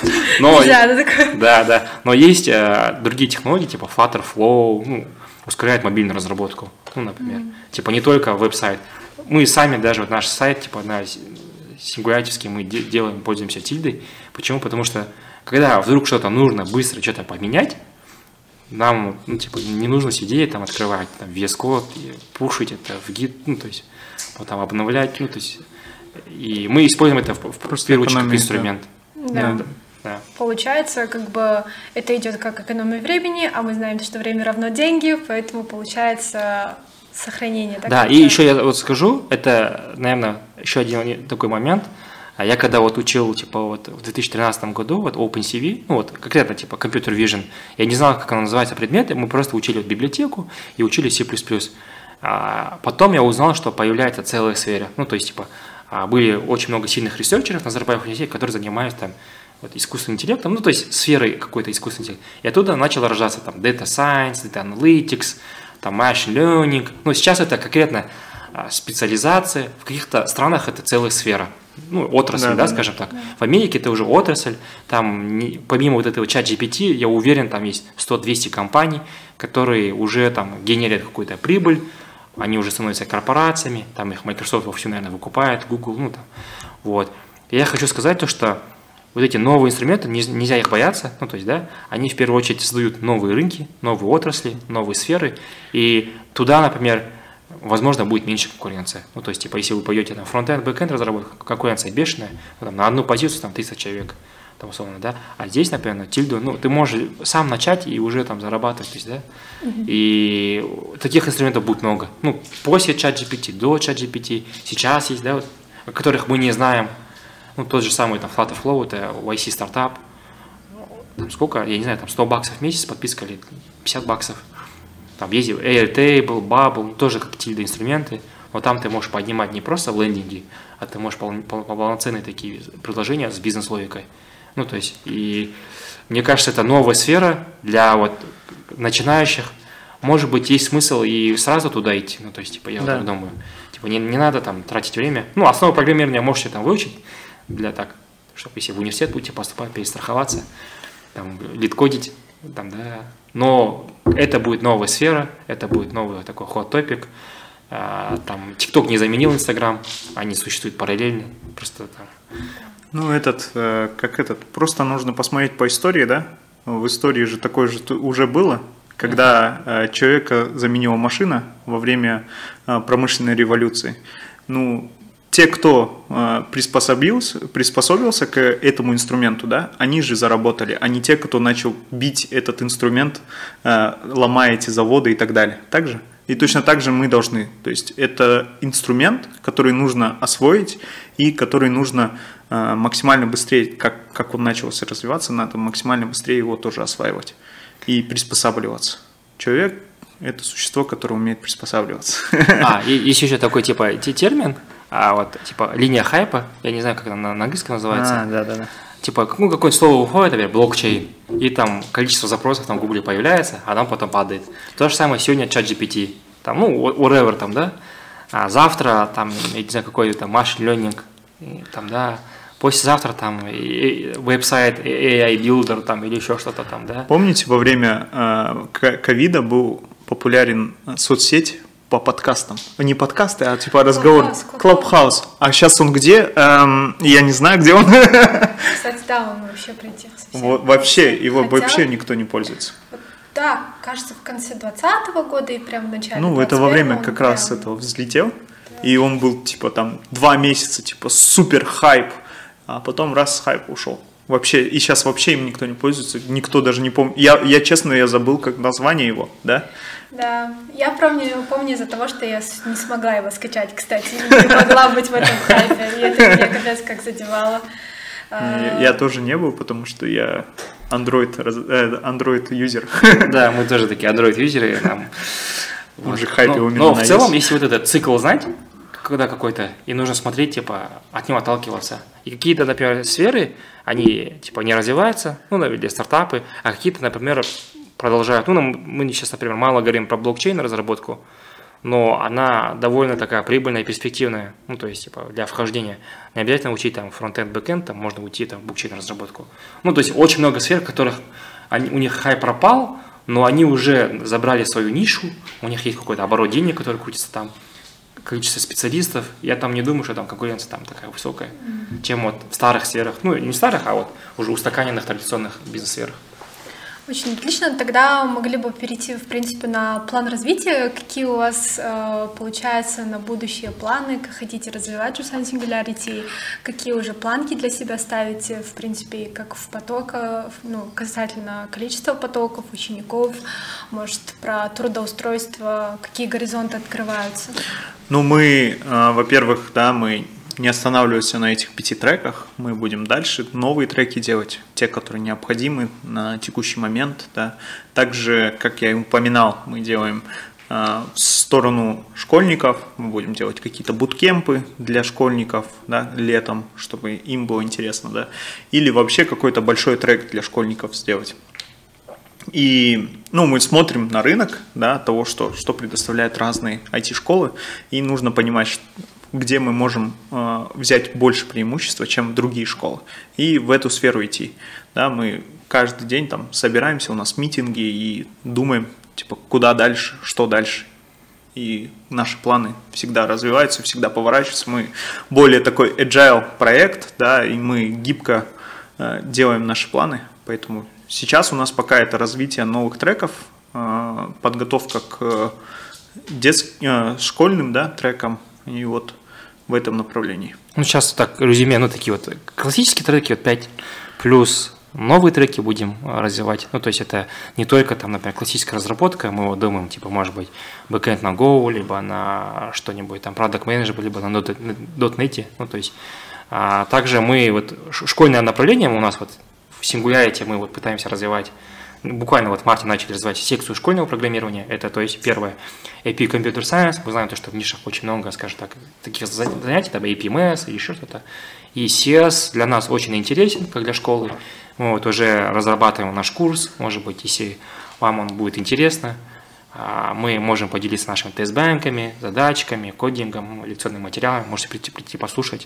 [SPEAKER 1] Да. Но есть другие технологии, типа Flutter, Flow, ускоряют мобильную разработку, например. Не только веб-сайт. Мы сами даже наш сайт, на Singularity мы делаем, пользуемся тильдой. Почему? Потому что когда вдруг что-то нужно быстро что-то поменять, нам, ну, типа, не нужно сидеть, там, открывать там, VS Code, и пушить это в Git, ну, то есть, потом обновлять, ну, то есть, и мы используем это в первую очередь как инструмент.
[SPEAKER 3] Да.
[SPEAKER 1] Да.
[SPEAKER 3] Получается, как бы это идет как экономия времени, а мы знаем, что время равно деньги, поэтому получается сохранение. Так
[SPEAKER 1] да,
[SPEAKER 3] получается.
[SPEAKER 1] и еще я вот скажу, это, наверное, еще один такой момент. Я когда вот учил, типа, вот в 2013 году, вот OpenCV, ну вот конкретно, типа, Computer Vision, я не знал, как она называется предметы, мы просто учили вот библиотеку и учили C++. А потом я узнал, что появляется целая сфера, ну, то есть, типа, были очень много сильных ресерчеров на Назарбаев университете, которые занимаются там вот, искусственным интеллектом, ну, то есть, сферой какой-то искусственного интеллекта. И оттуда начал рождаться там Data Science, Data Analytics, там Machine Learning. Ну, сейчас это конкретно специализация, в каких-то странах это целая сфера. Ну, отрасль, да, скажем так. В Америке это уже отрасль, там помимо вот этого ChatGPT, я уверен, там есть 100-200 компаний, которые уже там генерируют какую-то прибыль, они уже становятся корпорациями, там их Microsoft вовсю, наверное, выкупает, Google, ну там, вот. И я хочу сказать то, что вот эти новые инструменты, нельзя их бояться, ну, то есть, да, они в первую очередь создают новые рынки, новые отрасли, новые сферы, и туда, например, возможно, будет меньше конкуренции. Ну, то есть, типа, если вы пойдете на фронт-энд, бэк-энд разработку, конкуренция бешеная, ну, там, на одну позицию там 300 человек, там, условно, да, а здесь, например, на тильду, ну, ты можешь сам начать и уже там зарабатывать, то есть, да, и таких инструментов будет много. Ну, после ChatGPT, до ChatGPT, сейчас есть, да, вот, о которых мы не знаем. Ну, тот же самый там Flutterflow, это YC стартап, там сколько, я не знаю, там $100 в месяц подписка или $50. Там есть Airtable, Bubble, тоже как тильда инструменты, но там ты можешь поднимать не просто лендинги, а ты можешь полноценные такие предложения с бизнес-логикой. Ну, то есть, и мне кажется, это новая сфера для вот начинающих. Может быть, есть смысл и сразу туда идти, ну, то есть, типа, я вот так думаю. Типа, не надо там тратить время. Ну, основу программирования можете там выучить, для так, чтобы если в университет будете поступать, перестраховаться, там, лид-кодить, там, да. Но это будет новая сфера, это будет новый такой hot topic. Там TikTok не заменил Instagram, они существуют параллельно, просто там.
[SPEAKER 2] Ну, просто нужно посмотреть по истории, да? В истории же такое же уже было, когда человека заменила машина во время промышленной революции. Ну, те, кто приспособился к этому инструменту, да, они же заработали, а не те, кто начал бить этот инструмент, ломая эти заводы и так далее. Так же? И точно так же мы должны. То есть это инструмент, который нужно освоить и который нужно максимально быстрее, как он начался развиваться, надо максимально быстрее его тоже осваивать и приспосабливаться. Человек – это существо, которое умеет приспосабливаться.
[SPEAKER 1] И есть еще такой типа термин, вот типа линия хайпа, я не знаю, как она на английском называется.
[SPEAKER 2] Да.
[SPEAKER 1] Типа, ну, какое-то слово уходит, например, блокчейн, и там количество запросов там в Гугле появляется, а там потом падает. То же самое сегодня ChatGPT, там, ну, whatever там, да, а завтра там, я не знаю, какой там machine learning, там, да, послезавтра там веб-сайт AI Builder там или еще что-то там, да.
[SPEAKER 2] Помните, во время ковида был популярен соцсеть по подкастам. Не подкасты, а типа разговор. Clubhouse. А сейчас он где? Я не знаю, где он.
[SPEAKER 3] Кстати, да, он вообще притих совсем.
[SPEAKER 2] Вот, вообще, его вообще никто не пользуется.
[SPEAKER 3] Да, кажется, в конце 2020 года и прям в начале 2021.
[SPEAKER 2] Ну, это во время как раз этого взлетел. Да. И он был, типа, там, 2 месяца, типа, супер хайп. А потом раз хайп ушел. Вообще, и сейчас вообще им никто не пользуется, никто даже не помнит. Я честно, я забыл, как название его, да?
[SPEAKER 3] Да, я помню из-за того, что я не смогла его скачать, кстати, не могла быть в этом хайпе, и это меня капец как задевало.
[SPEAKER 2] Я тоже не был, потому что я Android-юзер.
[SPEAKER 1] Да, мы тоже такие Android-юзеры.
[SPEAKER 2] Он же хайпил именно.
[SPEAKER 1] Но в целом, если вот этот цикл знать, когда какой-то, и нужно смотреть, типа, от него отталкиваться. И какие-то, например, сферы, они, типа, не развиваются, ну, для стартапы, а какие-то, например, продолжают. Ну, мы сейчас, например, мало говорим про блокчейн-разработку, но она довольно такая прибыльная и перспективная, ну, то есть, типа, для вхождения. Не обязательно учить, там, фронт-энд, бэк-энд, там, можно уйти, там, в блокчейн-разработку. Ну, то есть, очень много сфер, в которых у них хайп пропал, но они уже забрали свою нишу, у них есть какой-то оборот денег, который крутится там, количество специалистов, я там не думаю, что там конкуренция там такая высокая, чем вот в старых сферах, ну не старых, а вот уже устаканенных традиционных бизнес-сферах.
[SPEAKER 3] Очень отлично. Тогда могли бы перейти, в принципе, на план развития. Какие у вас, получается, на будущее планы? Как хотите развивать Jusan Singularity? Какие уже планки для себя ставите, в принципе, как в потоках, касательно количества потоков, учеников, может, про трудоустройство, какие горизонты открываются?
[SPEAKER 2] Мы, во-первых, мы не останавливаемся на этих 5 треках, мы будем дальше новые треки делать, те, которые необходимы на текущий момент. Да. Также, как я и упоминал, мы делаем в сторону школьников, мы будем делать какие-то буткемпы для школьников, да, летом, чтобы им было интересно, да, или вообще какой-то большой трек для школьников сделать. И мы смотрим на рынок, да, того, что предоставляют разные IT-школы, и нужно понимать, где мы можем взять больше преимущества, чем другие школы, и в эту сферу идти. Да, мы каждый день собираемся, у нас митинги и думаем, куда дальше, что дальше. И наши планы всегда развиваются, всегда поворачиваются. Мы более такой agile проект, да, и мы гибко делаем наши планы, поэтому сейчас у нас пока это развитие новых треков, подготовка к школьным, да, трекам, и вот в этом направлении.
[SPEAKER 1] Сейчас так резюме, такие вот классические треки, 5 плюс новые треки будем развивать. То есть это не только например, классическая разработка, мы думаем, может быть, бэкэнд на Go, либо на что-нибудь, Product Manager, либо на .NET, то есть также мы, школьное направление у нас в Singularity мы пытаемся развивать. Буквально в марте начали развивать секцию школьного программирования. Это, то есть, первое, AP Computer Science. Мы знаем, что в нишах очень много, скажем так, таких занятий, AP MS и еще что-то. И CS для нас очень интересен, как для школы. Мы уже разрабатываем наш курс. Может быть, если вам он будет интересно, мы можем поделиться нашими тест-банками, задачками, кодингом, лекционными материалами. Можете прийти послушать.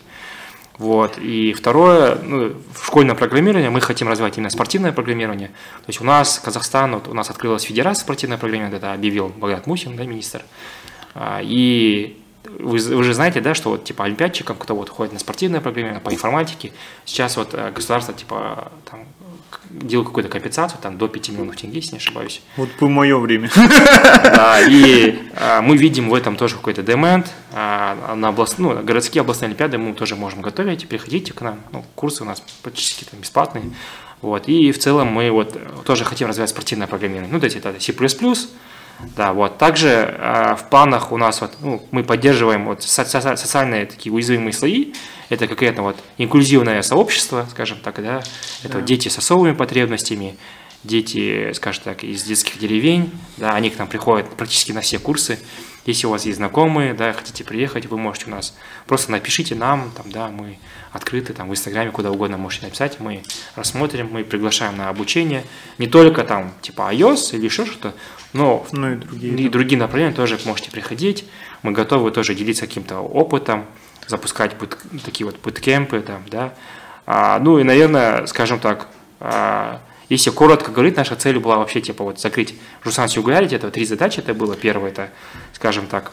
[SPEAKER 1] И второе, в школьном программировании мы хотим развивать именно спортивное программирование. То есть у нас Казахстан, у нас открылась федерация спортивного программирования, это объявил Баграт Мусин, да, министр. И вы же знаете, да, что олимпиадчикам, кто ходит на спортивное программирование, по информатике, сейчас государство делает какую-то компенсацию, до 5 миллионов тенге, если не ошибаюсь.
[SPEAKER 2] По мое время.
[SPEAKER 1] Да, и мы видим в этом тоже какой-то деменд. На городские областные олимпиады мы тоже можем готовить. Приходите к нам. Курсы у нас практически бесплатные. И в целом мы тоже хотим развивать спортивное программирование. То есть это C++. Да, также в планах у нас мы поддерживаем социальные такие уязвимые слои. Это конкретно инклюзивное сообщество, скажем так, да. Это дети с особыми потребностями, дети, скажем так, из детских деревень, да, они к нам приходят практически на все курсы. Если у вас есть знакомые, да, хотите приехать, вы можете у нас, просто напишите нам, да, мы открыты, в Инстаграме, куда угодно можете написать, мы рассмотрим, мы приглашаем на обучение, не только iOS или еще что-то, но и другие направления тоже можете приходить, мы готовы тоже делиться каким-то опытом, запускать такие буткемпы, да, и, наверное, скажем так, если коротко говорить, наша цель была вообще закрыть Jusan Singularity, это 3 задачи, это было. Первое, это, скажем так,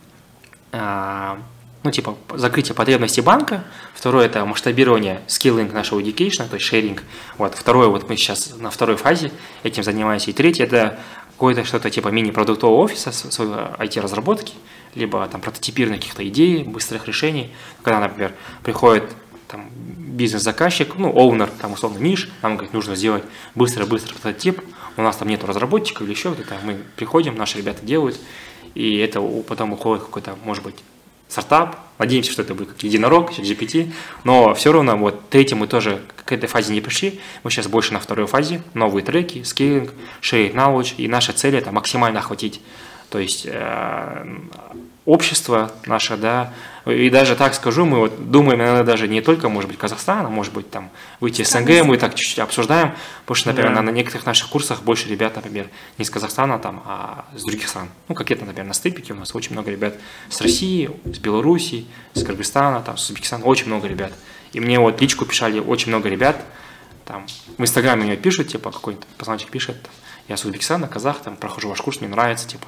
[SPEAKER 1] закрытие потребностей банка. Второе, это масштабирование, скиллинг нашего education, то есть шеринг. Второе, мы сейчас на второй фазе этим занимаемся. И третье, это какое-то что-то мини-продуктового офиса, своей IT-разработки, либо прототипирование каких-то идей, быстрых решений. Когда, например, приходит бизнес-заказчик, оунер, условно, Миш, нам говорит, нужно сделать быстро-быстро прототип, у нас нету разработчиков или еще где-то, мы приходим, наши ребята делают, и это потом уходит какой-то, может быть, стартап, надеемся, что это будет как единорог, GPT, но все равно, третьим мы тоже к этой фазе не пришли, мы сейчас больше на второй фазе, новые треки, скейлинг, sharing knowledge, и наша цель это максимально охватить, то есть общество наше, да, и даже так скажу, мы думаем, наверное, даже не только, может быть, Казахстан, а может быть, выйти из СНГ, мы так чуть-чуть обсуждаем, потому что, например, на некоторых наших курсах больше ребят, например, не из Казахстана, а с других стран. Как это, например, на стыпике у нас очень много ребят с России, с Белоруссии, с Кыргызстана, с Узбекистана, очень много ребят. И мне личку писали очень много ребят, в Инстаграме мне пишут, какой-то пацанчик пишет, я с Узбекистана, казах, прохожу ваш курс, мне нравится,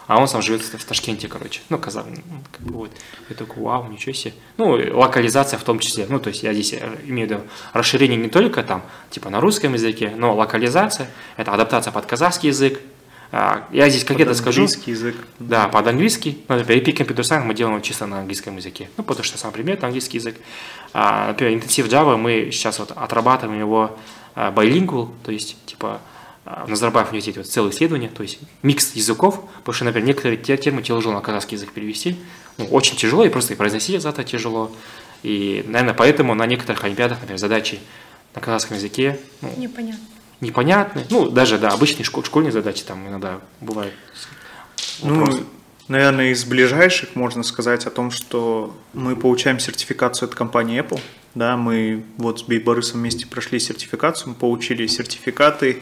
[SPEAKER 1] а он сам живет в Ташкенте, короче. Ну, Казань, как бы вот. Я такой, вау, ничего себе. Ну, локализация в том числе. Ну, то есть я здесь имею в виду расширение не только там, типа на русском языке, но локализация, это адаптация под казахский язык. Я здесь конкретно скажу.
[SPEAKER 2] Под английский язык.
[SPEAKER 1] Да, под английский. Ну, например, Epic Computer Science мы делаем чисто на английском языке. Ну, потому что сам предмет английский язык. Например, интенсив Java мы сейчас вот отрабатываем его bilingual, то есть, типа, в Назарбаев университете вот целое исследование, то есть микс языков, потому что, например, некоторые термины тяжело на казахский язык перевести. Ну, очень тяжело, и просто и произносить это тяжело. И, наверное, поэтому на некоторых олимпиадах, например, задачи на казахском языке непонятны. Ну, даже, да, обычные школьные задачи там иногда бывают.
[SPEAKER 2] Ну, наверное, из ближайших можно сказать о том, что мы получаем сертификацию от компании Apple. Да, мы вот с Бейбарысом вместе прошли сертификацию, мы получили сертификаты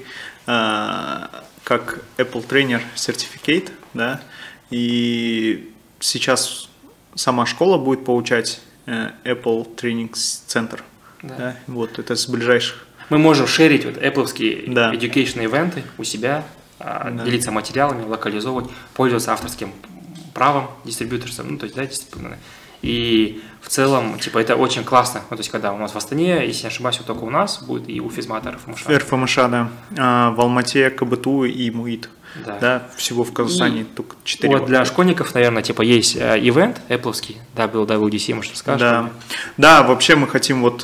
[SPEAKER 2] как Apple Trainer Certificate, да, и сейчас сама школа будет получать Apple Training Center.
[SPEAKER 1] Да.
[SPEAKER 2] Да, вот это с ближайших.
[SPEAKER 1] Мы можем шерить вот Apple-овские
[SPEAKER 2] Да.
[SPEAKER 1] education ивенты у себя, делиться материалами, локализовывать, пользоваться авторским правом, дистрибьюторством, ну, то есть, да, дисциплинарно. И в целом, типа, это очень классно. Ну, то есть, когда у нас в Астане, если не ошибаюсь, вот только у нас будет и у физмата РФМШ.
[SPEAKER 2] РФМШ, да. В Алмате, КБТУ и МУИТ.
[SPEAKER 1] Да.
[SPEAKER 2] Да, всего в Казахстане только 4.
[SPEAKER 1] Вот для школьников, наверное, типа, есть ивент Apple-овский, WWDC, может, скажешь?
[SPEAKER 2] Да. Да, вообще мы хотим вот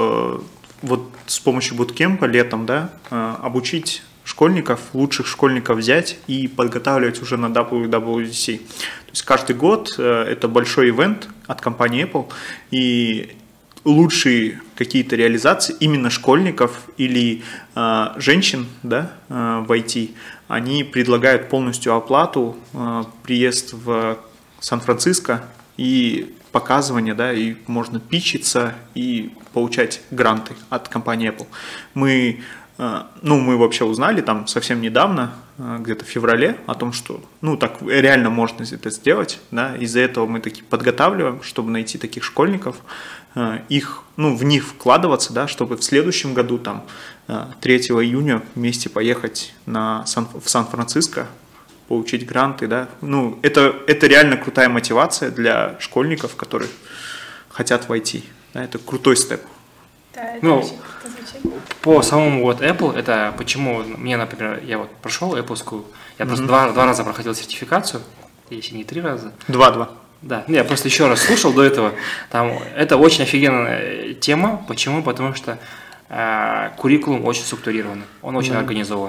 [SPEAKER 2] с помощью буткемпа летом, да, обучить школьников, лучших школьников взять и подготавливать уже на WWDC. То есть каждый год это большой ивент от компании Apple, и лучшие какие-то реализации именно школьников или женщин, да, в IT, они предлагают полностью оплату, приезд в Сан-Франциско и показывание, да, и можно питчиться и получать гранты от компании Apple. Мы вообще узнали там совсем недавно, где-то в феврале, о том, что, так реально можно это сделать, да, из-за этого мы таки подготавливаем, чтобы найти таких школьников, в них вкладываться, да, чтобы в следующем году, там, 3 июня вместе поехать в Сан-Франциско, получить гранты, да, это реально крутая мотивация для школьников, которые хотят войти, да, это крутой степ.
[SPEAKER 3] Да, это очень круто звучит.
[SPEAKER 1] По самому вот Apple, это почему мне, например, я вот прошел Apple-скую, я просто два раза проходил сертификацию, если не 3 раза.
[SPEAKER 2] 2.
[SPEAKER 1] Да, я просто еще раз слушал до этого, там, это очень офигенная тема, почему? Потому что куррикулум очень структурирован, он очень организован.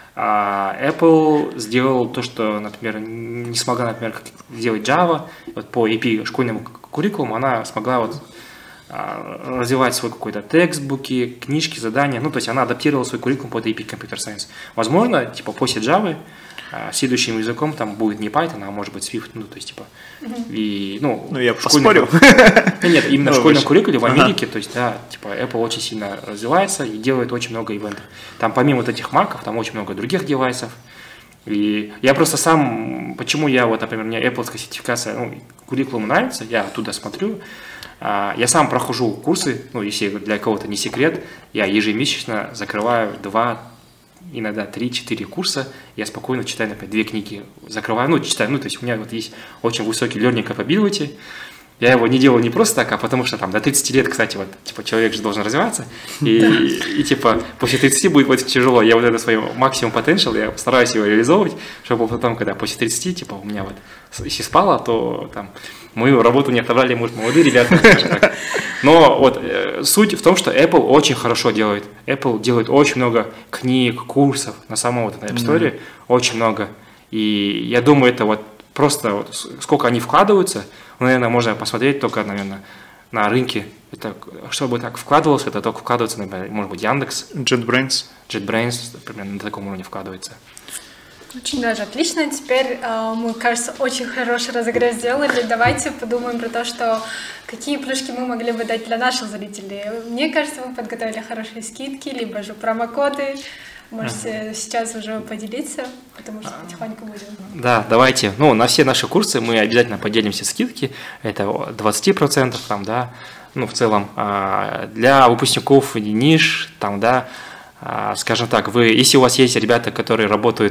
[SPEAKER 1] Apple сделал то, что, например, не смогла, например, сделать Java, вот по EP школьному куррикулуму она смогла вот развивать свой какой-то текстбуки, книжки, задания, то есть она адаптировала свой куррикулум под EP Computer Science. Возможно, типа после Java следующим языком там будет не Python, а может быть Swift, то есть типа
[SPEAKER 2] я поспорил.
[SPEAKER 1] Нет, именно в школьном куррикуле в Америке, то есть, да, типа Apple очень сильно развивается и делает очень много ивентов. Там помимо вот этих маков, там очень много других девайсов. И я просто сам, почему я вот, например, мне Apple-ская сертификация, куррикулум нравится, я оттуда смотрю, я сам прохожу курсы, если для кого-то не секрет, я ежемесячно закрываю 2, иногда 3-4 курса, я спокойно читаю, например, 2 книги, закрываю, читаю, то есть у меня вот есть очень высокий learning capability, я его не делаю не просто так, а потому что там до 30 лет, кстати, вот, типа, человек же должен развиваться, и типа, после 30 будет очень тяжело, я вот это свой максимум potential, я стараюсь его реализовывать, чтобы потом, когда после 30, типа, у меня вот, если спало, то там, мою работу не отобрали, может, молодые ребята, скажем так. Но вот суть в том, что Apple очень хорошо делает. Apple делает очень много книг, курсов на самом вот этой App Store, очень много. И я думаю, это вот просто вот, сколько они вкладываются, наверное, можно посмотреть только, наверное, на рынке. Это, чтобы так вкладывалось, это только вкладывается, например, может быть, Яндекс. JetBrains, примерно на таком уровне вкладывается.
[SPEAKER 3] Очень даже отлично. Теперь мы, кажется, очень хороший разогрев сделали. Давайте подумаем про то, что какие плюшки мы могли бы дать для наших зрителей. Мне кажется, мы подготовили хорошие скидки, либо же промокоды. Можете сейчас уже поделиться, потому что потихоньку будем.
[SPEAKER 1] Да, давайте. На все наши курсы мы обязательно поделимся скидки. Это 20%, там, да. В целом, для выпускников ниш, там, да, скажем так, если у вас есть ребята, которые работают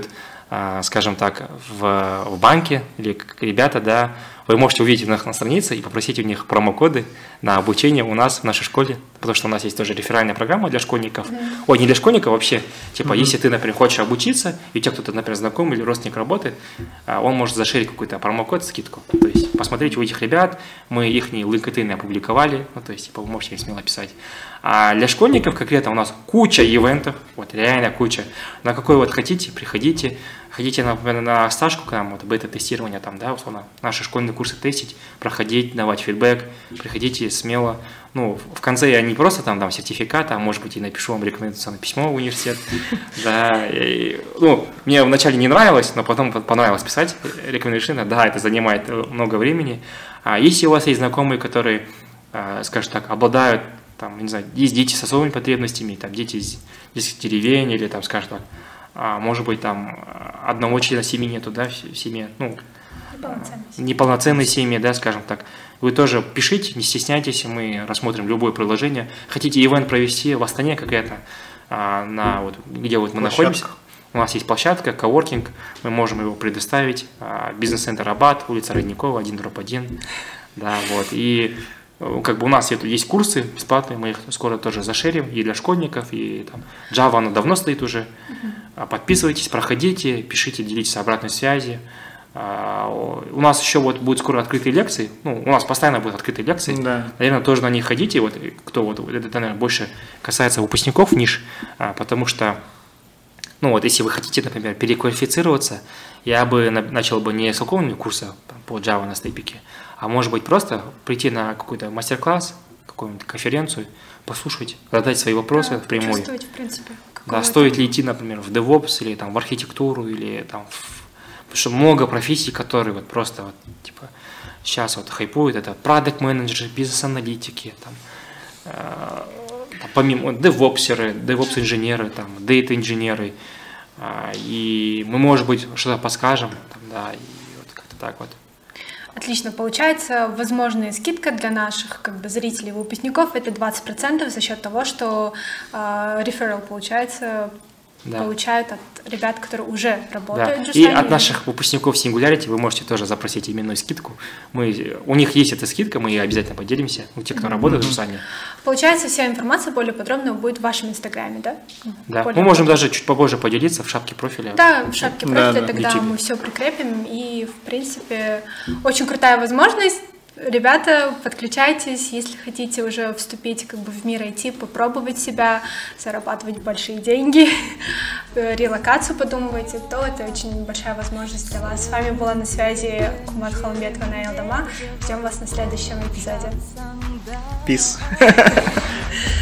[SPEAKER 1] скажем так, в банке, или как ребята, да, вы можете увидеть их на странице и попросить у них промокоды на обучение у нас в нашей школе, потому что у нас есть тоже реферальная программа для школьников. Ой, не для школьников вообще. Типа, если ты, например, хочешь обучиться, и у тебя кто-то, например, знакомый или родственник работает, он может зашерить какой-то промокод, скидку. То есть посмотрите у этих ребят, мы их LinkedIn опубликовали, ну, то есть типа, вы можете их смело писать. А для школьников конкретно у нас куча ивентов, вот реально куча. На какой вот хотите, приходите. Хотите, например, на стажку к нам, вот бета-тестирование, там, да, условно, наши школьные курсы тестить, проходить, давать фидбэк, приходите смело. Ну, в конце я не просто там дам сертификат, а может быть и напишу вам рекомендационное письмо в университет. Да, ну, мне вначале не нравилось, но потом понравилось писать рекомендации. Да, это занимает много времени. А если у вас есть знакомые, которые, скажем так, обладают, там, не знаю, есть дети с особыми потребностями, там, дети из деревень или, там, скажем так, может быть, там одного члена семьи нету, да, в семье, ну, неполноценной семьи, да, скажем так. Вы тоже пишите, не стесняйтесь, мы рассмотрим любое предложение. Хотите ивент провести в Астане конкретно, на, вот, где вот мы находимся, у нас есть площадка, коворкинг, мы можем его предоставить, бизнес-центр Абат, улица Родникова, 1/1, да, вот, и как бы у нас есть курсы бесплатные, мы их скоро тоже зашерим и для школьников, и там Java, она давно стоит уже. Подписывайтесь, проходите, пишите, делитесь обратной связью. У нас еще вот будут скоро открытые лекции, ну, у нас постоянно будут открытые лекции, да. Наверное, тоже на них ходите, вот, кто вот, это, наверное, больше касается выпускников ниш, потому что, ну, вот, если вы хотите, например, переквалифицироваться, я бы начал бы не с какого-нибудь курса по Java на степике, а может быть просто прийти на какой-то мастер-класс, какую-нибудь конференцию, послушать, задать свои вопросы впрямую.
[SPEAKER 3] В принципе,
[SPEAKER 1] да, стоит ли идти, например, в DevOps или там в архитектуру, или там потому что много профессий, которые вот просто вот, типа, сейчас вот хайпуют, это продакт-менеджеры, бизнес-аналитики, там, помимо DevOpsеры, DevOps-инженеры, там, дейта-инженеры, и мы, может быть, что-то подскажем, там, да, и вот как-то так вот.
[SPEAKER 3] Отлично. Получается, возможная скидка для наших как бы зрителей и выпускников это 20% за счет того, что реферал, получается, да, получают от ребят, которые уже работают.
[SPEAKER 1] Да. И от наших выпускников Singularity вы можете тоже запросить именную скидку. У них есть эта скидка, мы ее обязательно поделимся, у тех, кто работает в Жусане.
[SPEAKER 3] Получается, вся информация более подробно будет в вашем инстаграме, да?
[SPEAKER 1] Да, мы можем даже чуть попозже поделиться в шапке профиля.
[SPEAKER 3] Да, в шапке профиля, тогда мы все прикрепим. И, в принципе, очень крутая возможность. Ребята, подключайтесь, если хотите уже вступить как бы в мир IT, попробовать себя, зарабатывать большие деньги, релокацию подумывайте, то это очень большая возможность для вас. С вами была на связи Кумар Халамбетова, Наил Дома. Ждем вас на следующем эпизоде.
[SPEAKER 2] Peace.